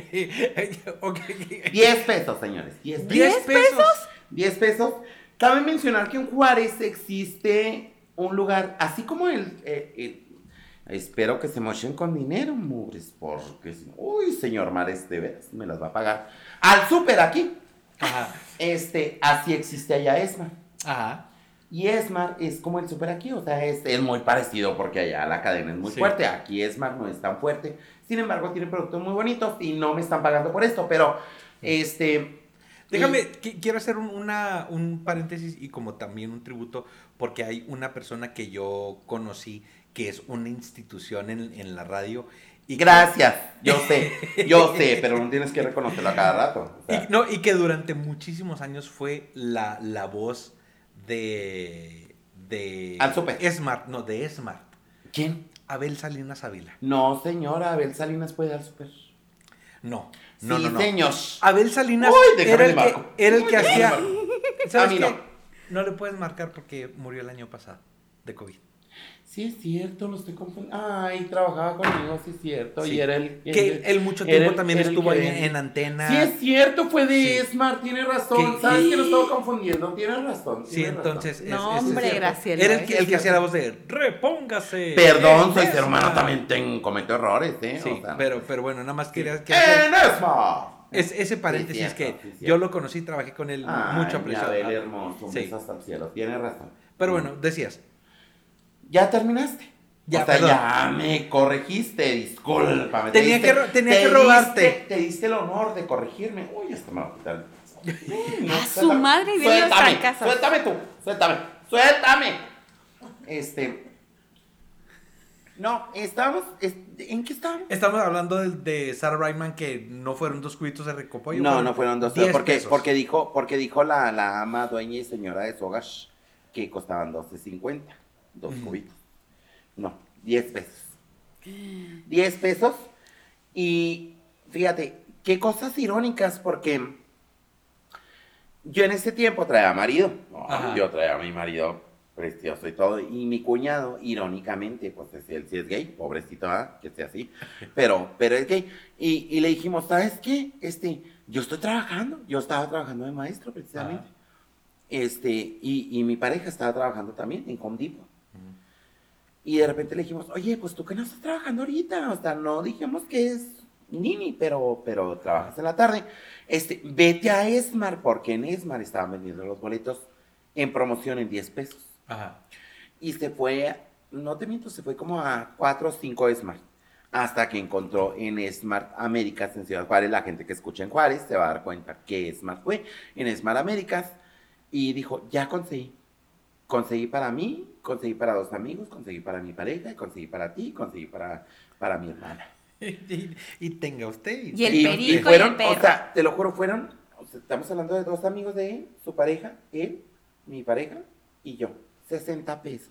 Ok. diez pesos, señores. diez pesos. ¿Diez pesos? diez pesos. Cabe mencionar que en Juárez existe un lugar, así como el... eh, eh, espero que se mochen con dinero, mugres, porque... si- Uy, señor Mares, de veras, me las va a pagar. Al súper aquí. Ajá. Este, así existe allá Esmar. Ajá. Y Esmar es como el súper aquí, o sea, es, es muy parecido porque allá la cadena es muy Sí. fuerte. Aquí Esmar no es tan fuerte. Sin embargo, tiene productos muy bonitos y no me están pagando por esto, pero este... Déjame, y- qui- quiero hacer un, una, un paréntesis y como también un tributo, porque hay una persona que yo conocí que es una institución en, en la radio. Y que- Gracias, yo sé, yo sé, pero no tienes que reconocerlo a cada rato. o sea. Y, no, y que durante muchísimos años fue la, la voz de... de Al súper. Smart, no, de Smart. ¿Quién? Abel Salinas Ávila. No, señora, Abel Salinas puede dar súper. No, no, sí, no, no. señor. Abel Salinas Uy, déjame era, el le que, marco. era el que Uy, hacía... déjame le ¿Sabes A mí qué? no. No le puedes marcar porque murió el año pasado de COVID. Sí, es cierto, lo estoy confundiendo. Ay, trabajaba conmigo, sí es cierto. Sí. Y era el... Que el- él mucho era tiempo el- también era el estuvo que ahí vendía. en antena. Sí, es cierto, fue de Sí. Smart, tienes razón. Que- ¿Sabes y- que lo estaba confundiendo? Tienes razón. Sí, tienes razón. entonces... es- No, es- es hombre, cierto. Graciela, Era el ¿eh? que, el que hacía la voz de... ¡Repóngase! Perdón, soy en ser humano, Smart". también ten- cometo errores, ¿eh? Sí, O sea, pero, pero bueno, nada más quería... quería hacer ¡En Smart! es- ese paréntesis Sí, cierto, que sí, cierto. yo lo conocí, trabajé con él, Ay, mucho mi apreciado. Abel hermoso, un Sí. beso hasta el cielo, tienes razón. Pero bueno, decías... ¿Ya terminaste? Ya, o sea, perdón. ya me corregiste, discúlpame. Tenía te que ro- tenía que robarte. diste- te diste el honor de corregirme. Uy, hasta me va a quitar. Uy, no, A su suéltame. madre, bien los Suéltame, fracasos. suéltame tú, suéltame, suéltame. Este... No, estábamos... es- ¿En qué estábamos? Estamos hablando de, de Sarah Brightman que no fueron dos cubitos de ricopollo. No, no fueron dos, diez porque, pesos. porque dijo, porque dijo la, la ama, dueña y señora de Sogash que costaban doce cincuenta, dos Ujú. cubitos. No, diez pesos. diez pesos. Y fíjate, qué cosas irónicas, porque yo en ese tiempo traía marido. No, Ajá. yo traía a mi marido precioso y todo. Y mi cuñado, irónicamente, pues es, él sí es gay, pobrecito, ¿ah? Que sea así, pero, pero es gay. Y, y le dijimos, ¿sabes qué? Este, yo estoy trabajando, yo estaba trabajando de maestro precisamente. Ajá. Este, y, y mi pareja estaba trabajando también en Home Depot. Uh-huh. Y de repente le dijimos, oye, pues tú que no estás trabajando ahorita, o sea, no dijimos que es nini, pero, pero trabajas en la tarde. Este, vete a Esmar, porque en Esmar estaban vendiendo los boletos en promoción en diez pesos. Ajá. Y se fue, no te miento, se fue como a cuatro o cinco Smart, hasta que encontró en Smart Américas en Ciudad Juárez. La gente que escucha en Juárez se va a dar cuenta que Smart fue en Smart Américas y dijo, ya conseguí, conseguí para mí, conseguí para dos amigos, conseguí para mi pareja, conseguí para ti, conseguí para, para mi hermana. Y, y tenga usted. Y, y el perico y, y fueron, y el perro. O sea, te lo juro, fueron, o sea, estamos hablando de dos amigos de él, su pareja, él, mi pareja y yo. sesenta pesos.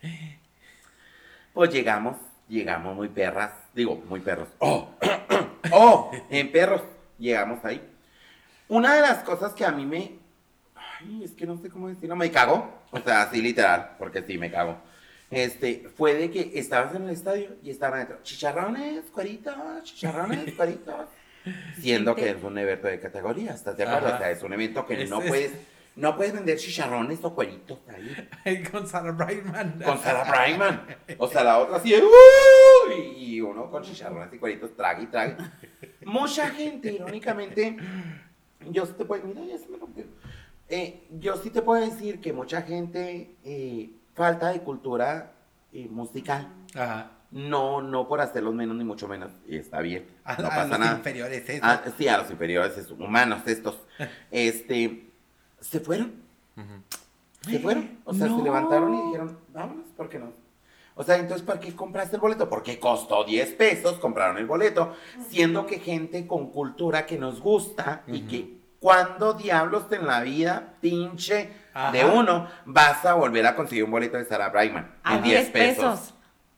Pues llegamos, llegamos muy perras, digo, muy perros. ¡Oh! ¡Oh! En perros, llegamos ahí. Una de las cosas que a mí me... Ay, es que no sé cómo decirlo, me cago. O sea, así literal, porque sí, me cago. Este, fue de que estabas en el estadio y estaban adentro, chicharrones, cueritos, chicharrones, cueritos. Siendo que es un evento de categoría, ¿estás de acuerdo? Ajá. O sea, es un evento que es, no es... puedes... No puedes vender chicharrones o cueritos ahí. Con Sarah Brightman. Con Sarah Brightman. O sea, la otra así de... ¡Uh! Y uno con chicharrones y cueritos, trague y trague. Mucha gente, irónicamente, yo sí te puedo... Mira, ya se me rompió. Eh, yo sí te puedo decir que mucha gente... Eh, falta de cultura eh, musical. Ajá. No, no por hacerlos menos, ni mucho menos. Y está bien. A, no a pasa los nada. inferiores estos. Ah, sí, a los inferiores, es, humanos estos. Este... Se fueron, uh-huh. se fueron, o sea, no. se levantaron y dijeron, vámonos, ¿por qué no? O sea, entonces, ¿para qué compraste el boleto? Porque costó diez pesos, compraron el boleto, siendo que gente con cultura que nos gusta uh-huh. y que cuando diablos en la vida, pinche Ajá. de uno, vas a volver a conseguir un boleto de Sarah Brightman en diez pesos.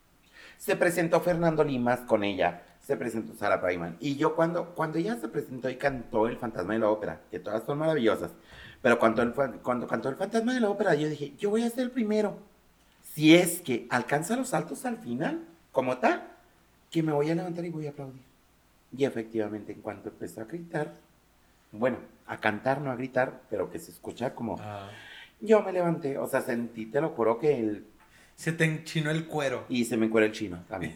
Se presentó Fernando Limas con ella, se presentó Sarah Brightman, y yo cuando, cuando ella se presentó y cantó El Fantasma de la Ópera, que todas son maravillosas, pero cuando, el, cuando cantó El Fantasma de la Ópera, yo dije, yo voy a ser el primero. Si es que alcanza los saltos al final, como tal, que me voy a levantar y voy a aplaudir. Y efectivamente, en cuanto empezó a gritar, bueno, a cantar, no a gritar, pero que se escucha como... Ah. Yo me levanté, o sea, sentí, te lo juro que el... Se te enchinó el cuero. Y se me encueró el chino también.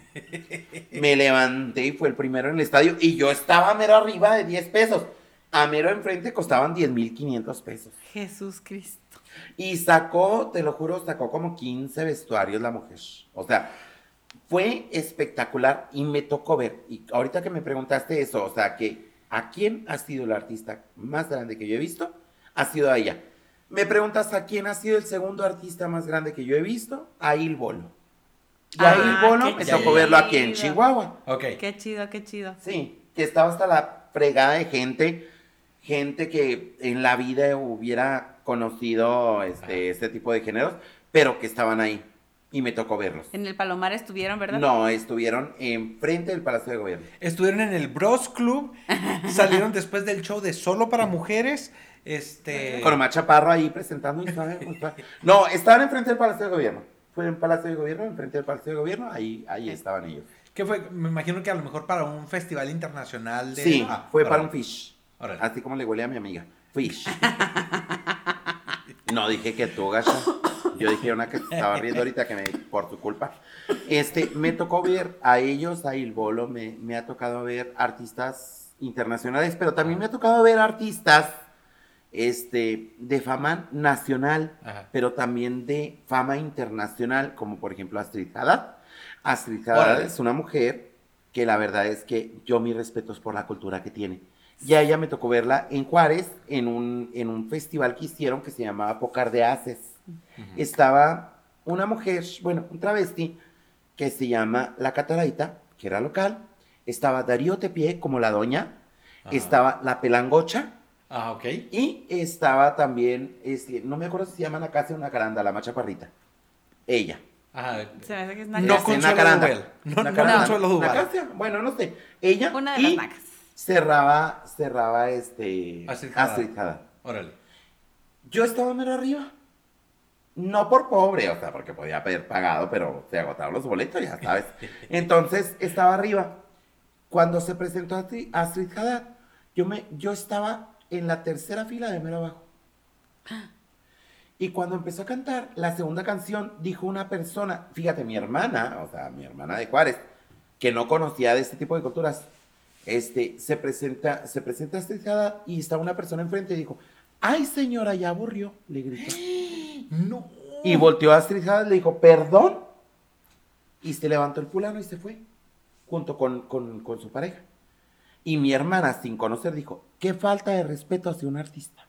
Me levanté y fue el primero en el estadio, y yo estaba mero arriba de diez pesos. A mero enfrente costaban diez mil quinientos pesos. Jesús Cristo. Y sacó, te lo juro, sacó como quince vestuarios la mujer. O sea, fue espectacular y me tocó ver. Y ahorita que me preguntaste eso, o sea, que ¿a quién ha sido el artista más grande que yo he visto? Ha sido a ella. Me preguntas ¿a quién ha sido el segundo artista más grande que yo he visto? A Il Bolo. Y a Il Bolo me tocó verlo aquí en Chihuahua. Okay. Qué chido, qué chido. Sí, que estaba hasta la fregada de gente... Gente que en la vida hubiera conocido este, este tipo de géneros, pero que estaban ahí. Y me tocó verlos. En el Palomar estuvieron, ¿verdad? No, estuvieron enfrente del Palacio de Gobierno. Estuvieron en el Bros Club. Salieron después del show de Solo para Mujeres. Este... Con Omar Chaparro ahí presentando. No, estaban enfrente del Palacio de Gobierno. Fue en el Palacio de Gobierno, enfrente del Palacio de Gobierno. Ahí, ahí estaban ellos. ¿Qué fue? Me imagino que a lo mejor para un festival internacional de... Sí, ah, fue para, para un Fish. Órale. Así como le huele a mi amiga. Fish. No dije que tú, gacha. Yo dije una que se estaba riendo ahorita que me por tu culpa. Este, me tocó ver a ellos, a Il Bolo, me, me ha tocado ver artistas internacionales, pero también me ha tocado ver artistas este, de fama nacional, Ajá. pero también de fama internacional, como por ejemplo Astrid Haddad. Astrid Haddad es una mujer que la verdad es que yo mis respetos por la cultura que tiene. Y a ella me tocó verla en Juárez, en un, en un festival que hicieron que se llamaba Pócar de Haces. Uh-huh. Estaba una mujer, bueno, un travesti, que se llama La Cataraita, que era local. Estaba Darío Tepié, como la doña. Uh-huh. Estaba La Pelangocha. Ah, ok. Y estaba también, este, no me acuerdo si se llama Nacasia o Nacaranda, la machaparrita. Ella. Ajá. Se me hace que es Nacasia. No Consuelo Duval. No, no Consuelo Duval. Nacasia, bueno, no sé. Ella una de y las Nacas. cerraba, cerraba este... Astrid Haddad. Órale. Yo estaba mero arriba. No por pobre, o sea, porque podía haber pagado, pero se agotaron los boletos, ya sabes. Entonces, estaba arriba. Cuando se presentó Astrid, Astrid Haddad, yo, me, yo estaba en la tercera fila de mero abajo. Y cuando empezó a cantar la segunda canción, dijo una persona, fíjate, mi hermana, o sea, mi hermana de Juárez, que no conocía de este tipo de culturas, este, se presenta, se presenta Astrid Haddad y está una persona enfrente y dijo, ay señora, ya aburrió, le gritó. No. Y volteó a Astrid Haddad, le dijo, perdón, y se levantó el fulano y se fue, junto con, con, con su pareja. Y mi hermana, sin conocer, dijo, qué falta de respeto hacia un artista.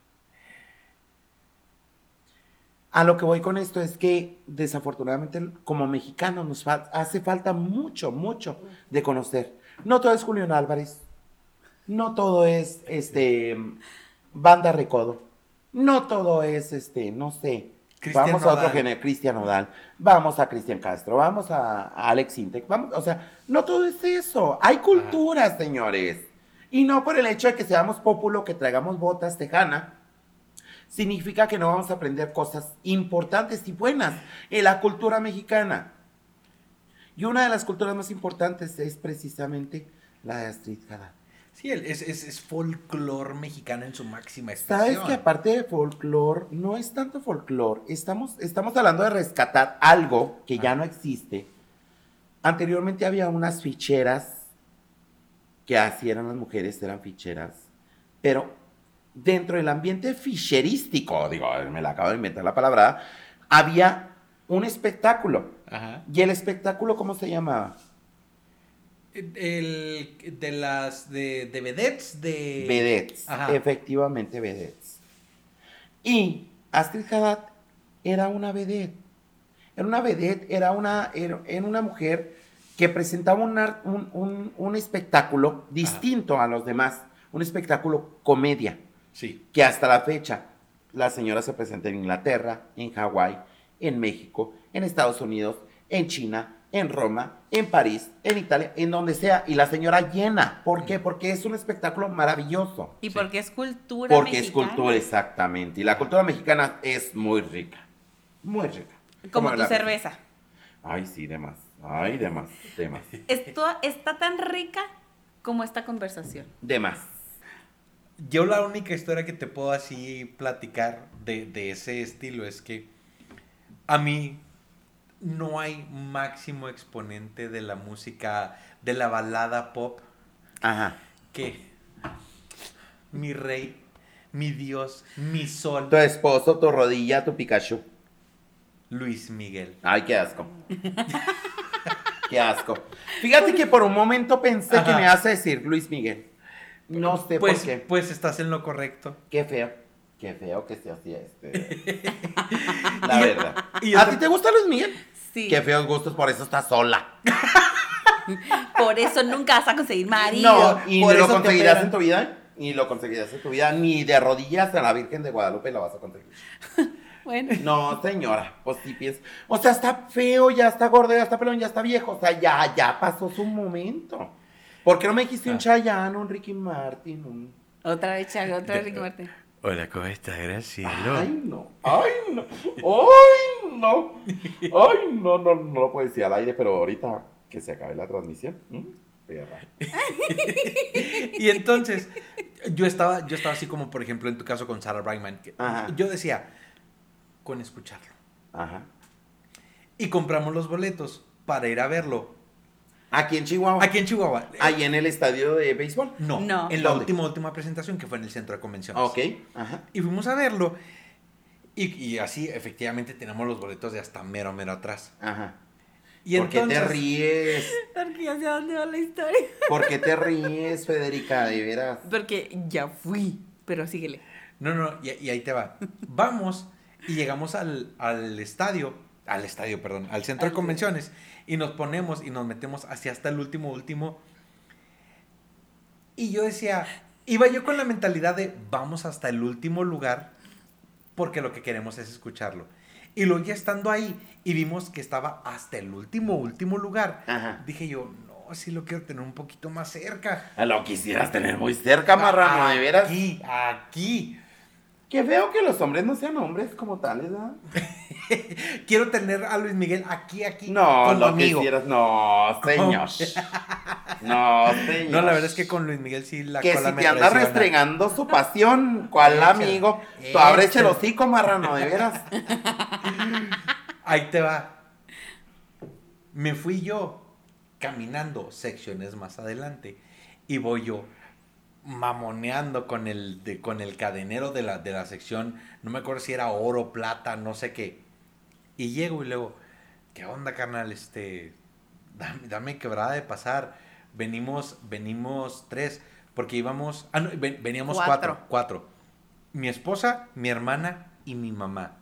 A lo que voy con esto es que, desafortunadamente, como mexicanos, nos fa- hace falta mucho, mucho de conocer. No todo es Julián Álvarez, no todo es, este, Banda Recodo, no todo es, este, no sé, Cristian vamos a otro Nodal. género, Cristian Nodal, vamos a Cristian Castro, vamos a, a Alex Intec, vamos, o sea, no todo es eso, hay culturas, señores, y no por el hecho de que seamos populo, que traigamos botas tejana, significa que no vamos a aprender cosas importantes y buenas en la cultura mexicana. Y una de las culturas más importantes es precisamente la de Astrid Haddad. Sí, el- es, es, es folclor mexicano en su máxima expresión. Sabes que aparte de folclore, no es tanto folclore, estamos, estamos hablando de rescatar algo que ya Ah. no existe. Anteriormente había unas ficheras que así eran las mujeres, eran ficheras, pero dentro del ambiente ficherístico, digo, me la acabo de inventar la palabra, había un espectáculo. Ajá. ¿Y el espectáculo cómo se llamaba? El de las de, de vedettes de Vedettes, Ajá. efectivamente vedettes. Y Astrid Haddad era una vedette. Era una vedette, era una, era, era una mujer que presentaba un, ar- un, un, un espectáculo distinto a los demás, un espectáculo comedia, Sí. que hasta la fecha la señora se presenta en Inglaterra, en Hawái, en México, en Estados Unidos, en China, en Roma, en París, en Italia, en donde sea, y la señora llena. ¿Por qué? Porque es un espectáculo maravilloso. Y Sí. porque es cultura Porque es mexicana. cultura, exactamente. Y la cultura mexicana es muy rica. Muy rica. Como ¿Cómo tu la ves? cerveza. Ay, sí, de más. Ay, de más, de más. Esto está tan rica como esta conversación. De más. Yo la única historia que te puedo así platicar de, de ese estilo es que a mí no hay máximo exponente de la música, de la balada pop, Ajá. que mi rey, mi dios, mi sol, Tu esposo, tu rodilla, tu Pikachu. Luis Miguel. Ay, qué asco. Qué asco. Fíjate que por un momento pensé Ajá. que me ibas a decir Luis Miguel. No sé Pues, por qué. pues estás en lo correcto. Qué feo. Qué feo que sea así este. La Y- verdad. y ¿A otra- ti te gusta Luis Miguel? Sí. Qué feos gustos, por eso estás sola. Por eso nunca vas a conseguir marido. No, y por ni lo eso te conseguirás operan. en tu vida. Ni lo conseguirás en tu vida. Ni de rodillas a la Virgen de Guadalupe la vas a conseguir. Bueno. No, señora, pues sí piensas. O sea, está feo, ya está gordo, ya está pelón, ya está viejo. O sea, ya, ya pasó su momento. ¿Por qué no me dijiste un Ah. Chayanne, un Ricky Martin, un... Otra vez, Chaga, otra vez Ricky Martin. Hola, ¿cómo estás, Graciela? Ay, no, ay, no, ay, no, ay, no, no, no lo puedo decir al aire, pero ahorita que se acabe la transmisión, ¿m? Perra. Y entonces, yo estaba, yo estaba así como, por ejemplo, en tu caso con Sarah Brightman. que Ajá. Yo decía, con escucharlo. Ajá. Y compramos los boletos para ir a verlo. Aquí en Chihuahua. Aquí en Chihuahua. Ahí en el estadio de béisbol. No, No. en la ¿Dónde? última, última presentación que fue en el centro de convenciones. Ok. Ajá. Y fuimos a verlo. Y, y así, efectivamente, tenemos los boletos de hasta mero, mero atrás. Ajá. Y ¿Por qué entonces, te ríes? Porque ya sé a dónde va la historia. ¿Por qué te ríes, Federica? De veras. Porque ya fui. Pero síguele. No, no, y, y ahí te va. Vamos y llegamos al, al estadio, al estadio, perdón, al centro de Al- convenciones y nos ponemos y nos metemos hacia hasta el último, último. Y yo decía, iba yo con la mentalidad de vamos hasta el último lugar porque lo que queremos es escucharlo. Y luego ya estando ahí y vimos que estaba hasta el último, último lugar, Ajá. dije yo, no, sí lo quiero tener un poquito más cerca. Lo quisieras tener muy cerca, marrano, de veras. Aquí, aquí. Qué feo que los hombres no sean hombres como tales, ¿verdad? quiero tener a Luis Miguel aquí, aquí. No, como lo amigo. que quieras. No, señor. No, señor. No, la verdad es que con Luis Miguel sí la Que cola si me te anda traiciona. restregando su pasión, ¿cuál Échale, amigo? Tú échale. ábrete el hocico, marrano, de veras. Ahí te va. Me fui yo caminando secciones más adelante y voy yo mamoneando con el, de, con el cadenero de la, de la sección, no me acuerdo si era oro, plata, no sé qué. Y llego y luego, ¿qué onda, carnal? Este, dame, dame quebrada de pasar. Venimos, venimos tres, porque íbamos, ah, no, ven, veníamos cuatro. cuatro, cuatro. Mi esposa, mi hermana y mi mamá.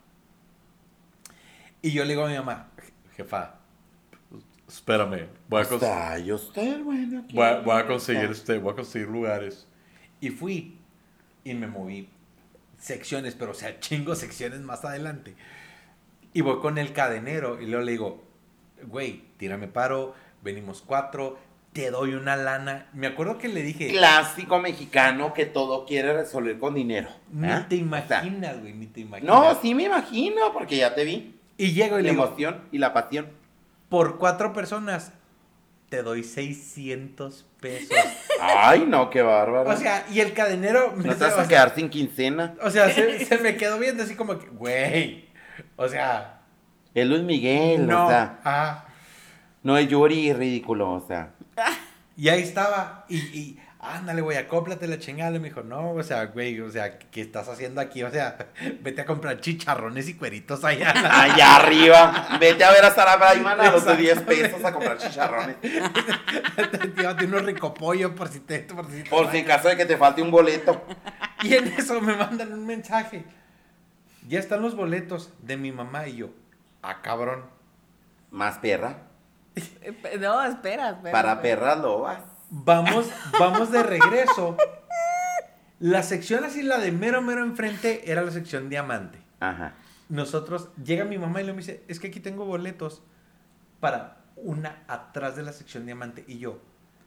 Y yo le digo a mi mamá, jefa, espérame, voy a, cons- Está, yo estoy bueno. aquí. voy a, voy a conseguir este, voy a conseguir lugares. Y fui y me moví secciones, pero o sea, chingo secciones más adelante. Y voy con el cadenero y luego le digo, güey, tírame paro, venimos cuatro, te doy una lana. Me acuerdo que le dije, Clásico mexicano que todo quiere resolver con dinero. ni ¿ah? te O sea, imaginas, güey, ni te imaginas. no, sí me imagino, porque ya te vi. Y llego y La le digo, emoción y la pasión. por cuatro personas, te doy seiscientos pesos. Ay, no, qué bárbaro. O sea, y el cadenero... no te vas a quedar sin quincena. O sea, se, se me quedó viendo así como que, güey, o sea... Es Luis Miguel, no, o sea, ah. no es Yuri ridículo, o sea. Y ahí estaba, y, y ándale, güey, acóplate la chingada. Y me dijo, no, o sea, güey, o sea, ¿qué estás haciendo aquí? O sea, vete a comprar chicharrones y cueritos allá. Allá arriba. Vete a ver a Sara Brayman a los de diez pesos a comprar chicharrones. Llévate unos rico pollo por si te... Por si, te Por si en caso de que te falte un boleto. Y en eso me mandan un mensaje. Ya están los boletos de mi mamá y yo. Ah, cabrón. Más perra. No, espera, espera. Para espera. perras lobas. Vamos, vamos de regreso. La sección así, la de mero, mero enfrente, era la sección diamante. Ajá. Nosotros, llega mi mamá y le me dice, es que aquí tengo boletos para una atrás de la sección diamante. Y yo,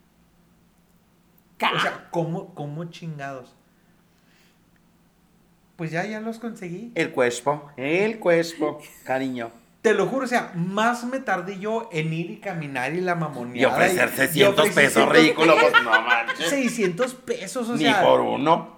o sea, ¿cómo, cómo chingados? Pues ya, ya los conseguí. El cuerpo. El cuerpo, cariño. Te lo juro, o sea, más me tardé yo en ir y caminar y la Y mamoneada. ofrecer y- seiscientos y ofrecí pesos, seiscientos ridículo, pues no manches. seiscientos pesos, o Ni sea. por uno.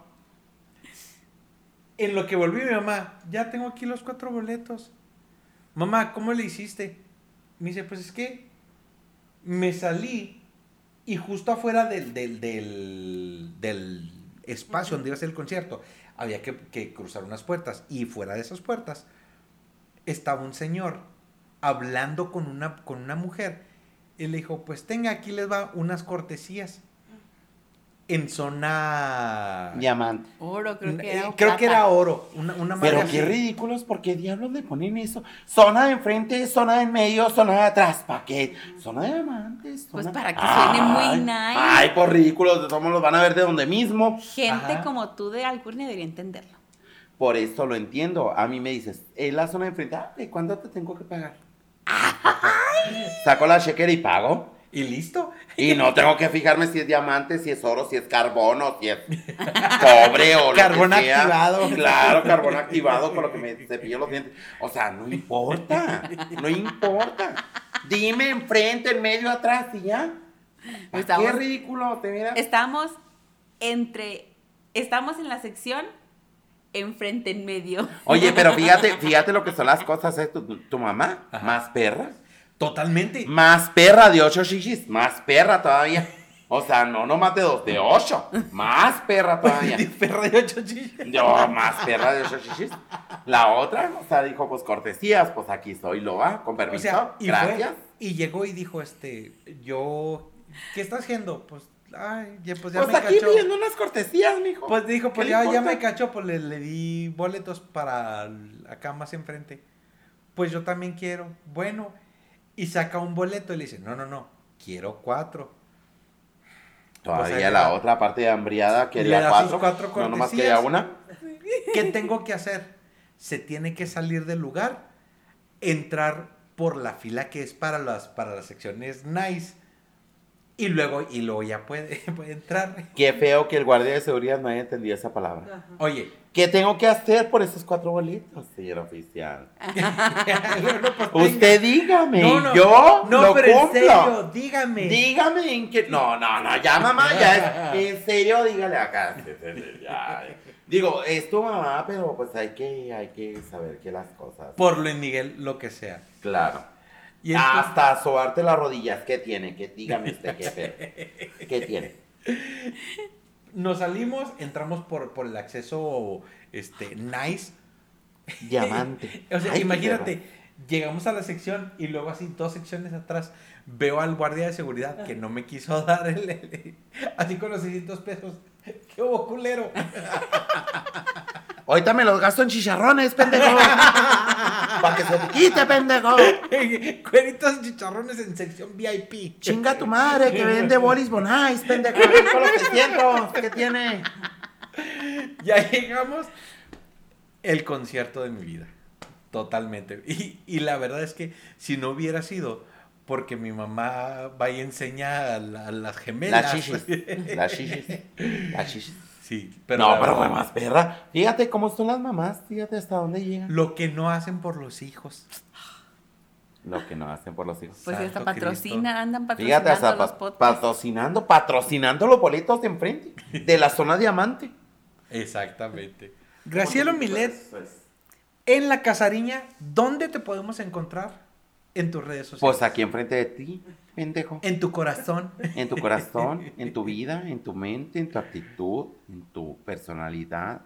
En lo que volví mi mamá, ya tengo aquí los cuatro boletos. Mamá, ¿cómo le hiciste? Me dice, pues es que me salí y justo afuera del, del, del, del espacio donde iba a ser el concierto, había que, que cruzar unas puertas. Y fuera de esas puertas estaba un señor hablando con una, con una mujer. Y le dijo, pues tenga, aquí les va unas cortesías. En zona... Diamante. Oro, creo que era. Eh, o creo que plata. era oro. Una, una Pero madre qué así. ridículos, ¿por qué diablos le ponen eso? Zona de enfrente, zona de en medio, zona de atrás, ¿para qué? Zona de diamantes. Pues zona- para que suene muy Ay, nice. Ay, por ridículos, de todos modos los van a ver de donde mismo. Gente Ajá. como tú de Alcurnia debería entenderlo. Por eso lo entiendo. A mí me dices, es la zona de enfrente, ah, ¿de cuánto te tengo que pagar? Saco la chequera y pago. Y listo. Y no tengo que fijarme si es diamante, si es oro, si es carbono, si es cobre o lo Carbón que sea. activado. Claro, carbón activado con lo que me cepillo los dientes. O sea, no importa, no importa. Dime enfrente, en medio, atrás y ya. ¿Para Estamos- qué ridículo, te miras. Estamos entre. Estamos en la sección enfrente en medio. Oye, pero fíjate, fíjate lo que son las cosas, ¿eh? Tu, tu mamá, Ajá. más perra. Totalmente. Más perra de ocho shishis, más perra todavía. O sea, no, no más de dos, de ocho. Más perra todavía. Perra de ocho chichas. Yo, más perra de ocho shishis. La otra, o sea, dijo, pues cortesías, pues aquí soy loba, con O permiso. sea, y, gracias. fue, y llegó y dijo, este, yo, ¿qué estás haciendo? Pues, ay, ya, pues ya Pues me aquí cachó. pidiendo unas cortesías, mijo. Pues dijo, pues ¿Qué ya, le ya importa? me cachó, pues le, le di boletos para acá más enfrente. Pues yo también quiero. Bueno, y saca un boleto y le dice, no, no, no, quiero cuatro. Todavía Pues ahí la va. otra parte de hambriada Le quería da sus cuatro. cuatro No, nomás cortesías. quería una. ¿Qué tengo que hacer? Se tiene que salir del lugar, entrar por la fila que es para las, para las secciones nice, y luego, y luego ya puede, puede entrar. Qué feo que el guardia de seguridad no haya entendido esa palabra. Oye, ¿Qué tengo que hacer por esos cuatro boletos, señor oficial? No, pues, Usted dígame, no, no, yo no, lo pero cumplo. en serio, dígame. Dígame en qué. No, no, no, ya mamá, ya es. En serio, dígale acá. Ya. Digo, es tu mamá, pero pues hay que, hay que saber que las cosas. Por Luis Miguel, lo que sea. Claro. Y entonces- Hasta sobarte las rodillas, ¿qué tiene? ¿Qué, dígame usted qué pedo. ¿Qué tiene? Nos salimos, entramos por, por el acceso este, nice. Diamante. O sea, Ay, qué imagínate, perro. llegamos a la sección y luego así dos secciones atrás veo al guardia de seguridad que no me quiso dar el, el- así con los seiscientos pesos. ¡Qué hubo, culero! Ahorita me los gasto en chicharrones, pendejo. Para que se te quite, pendejo. Cueritos chicharrones en sección V I P. Chinga tu madre, que vende bolis bonais, pendejo. Ven con los trescientos. ¿Qué tiene? Ya llegamos. El concierto de mi vida. Totalmente. Y, y la verdad es que si no hubiera sido porque mi mamá va y enseña a, la- a las gemelas. Las chichis. Las chichis. Las chichis. Sí, pero. no, la pero verdad, fue más perra. Fíjate cómo son las mamás. Fíjate hasta dónde llegan. Lo que no hacen por los hijos. Lo que no hacen por los hijos. Pues hasta Santo patrocinan, Cristo. andan patrocinando Fíjate, hasta los pa- podcasts. patrocinando, patrocinando los boletos de enfrente. De la zona diamante. Exactamente. Graciela Milet, en la Casariña, ¿dónde te podemos encontrar? En tus redes sociales. Pues aquí enfrente de ti, pendejo. En tu corazón. En tu corazón, en tu vida, en tu mente, en tu actitud, en tu personalidad.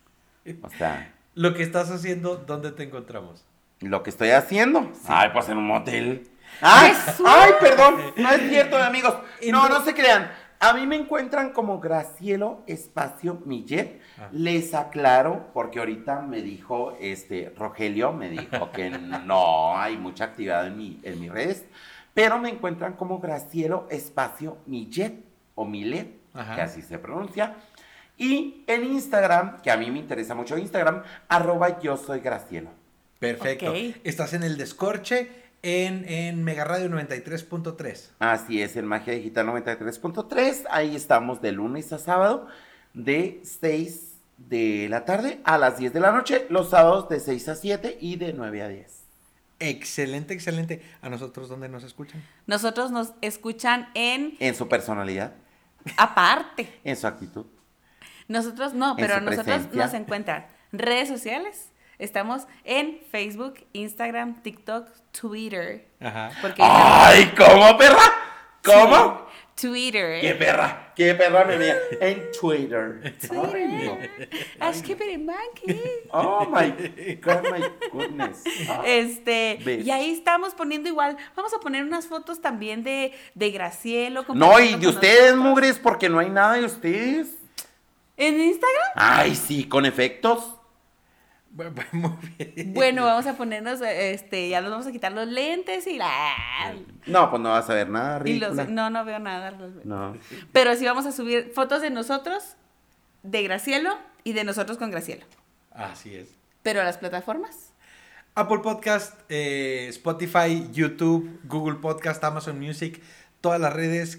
O sea, Lo que estás haciendo, ¿dónde te encontramos? lo que estoy haciendo. Ay, pues en un motel. ¡Ay! ¡Jesús! ¡Ay, perdón! No es cierto, amigos. Y No, no- no se crean. A mí me encuentran como Gracielo Espacio Millet. Ah. Les aclaro, porque ahorita me dijo, este, Rogelio me dijo que no hay mucha actividad en, mi, en mis redes, pero me encuentran como Gracielo Espacio Millet, o Milet, Ajá. que así se pronuncia. Y en Instagram, que a mí me interesa mucho Instagram, arroba yo soy Gracielo. Perfecto. Ok. Estás en el Descorche, en, en Mega Radio noventa y tres punto tres. Así es, en Magia Digital noventa y tres punto tres. Ahí estamos de lunes a sábado, de seis de la tarde a las diez de la noche. Los sábados de seis a siete y de nueve a diez. Excelente, excelente. ¿A nosotros dónde nos escuchan? Nosotros nos escuchan en En su personalidad, aparte. en su actitud. Nosotros no, En pero su nosotros presencia. nos encuentran redes sociales. Estamos en Facebook, Instagram, TikTok, Twitter. Ajá. Porque ¡Ay, cómo, perra! ¿Cómo? Sí, Twitter. ¡Qué perra! ¡Qué perra, mi mía! En Twitter. Twitter. Ay, no. Ask it in monkey. Oh, my God, my goodness. Ah. Este, Bitch. y ahí estamos poniendo igual, vamos a poner unas fotos también de, de Gracielo. No, y compartiendo de con ustedes, nosotros. mugres, porque no hay nada de ustedes. ¿En Instagram? Ay, sí, con efectos. Bu- bu- Muy bien. Bueno, vamos a ponernos, este, ya nos vamos a quitar los lentes y la... No, pues no vas a ver nada, Y los, ridícula. no, no veo nada realmente. No. Pero sí vamos a subir fotos de nosotros, de Gracielo y de nosotros con Gracielo. Así es. Pero a las plataformas. Apple Podcast, eh, Spotify, YouTube, Google Podcast, Amazon Music, todas las redes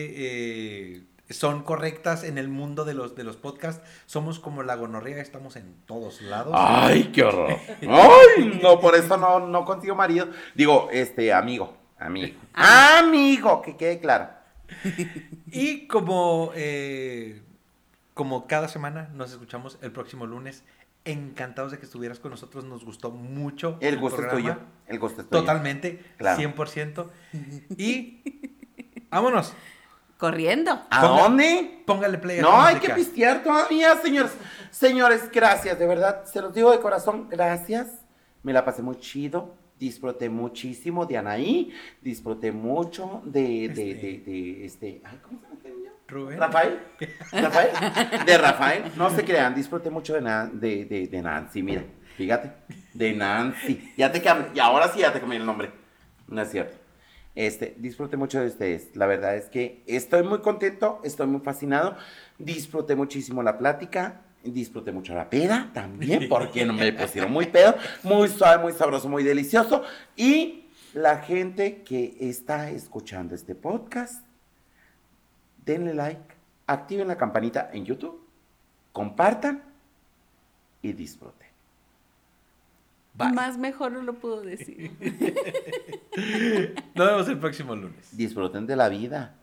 que eh, son correctas en el mundo de los, de los podcasts. Somos como la gonorrea, estamos en todos lados. Ay, qué horror. Ay, no, por eso no, no consigo marido. Digo, este, amigo, amigo. Amigo, que quede claro. Y como, eh, como cada semana nos escuchamos el próximo lunes, encantados de que estuvieras con nosotros, nos gustó mucho. El gusto es programa. tuyo. El gusto es tuyo. Totalmente, Claro. cien por ciento. Y vámonos, Corriendo. ¿A Ponga- dónde? póngale play a No, esta hay que música. pistear todavía, señores. Señores, gracias, de verdad. Se los digo de corazón, gracias. Me la pasé muy chido. Disfruté muchísimo de Anaí. Disfruté mucho de, de, Este. de, de, este. Ay, ¿cómo se llama este niño? Rubén. Rafael. Rafael. De Rafael. No se crean, disfruté mucho de, Na- de, de, de Nancy, mira. Fíjate. De Nancy. Ya te cambié. Y ahora sí ya te cambié el nombre. No es cierto. Este, disfruté mucho de ustedes. La verdad es que estoy muy contento, estoy muy fascinado. Disfruté muchísimo la plática. Disfruté mucho la peda también, porque no me pusieron muy pedo. Muy suave, muy sabroso, muy delicioso. Y la gente que está escuchando este podcast, denle like, activen la campanita en YouTube, compartan y disfruten. Bye. Más mejor no lo puedo decir. Nos vemos el próximo lunes. Disfruten de la vida.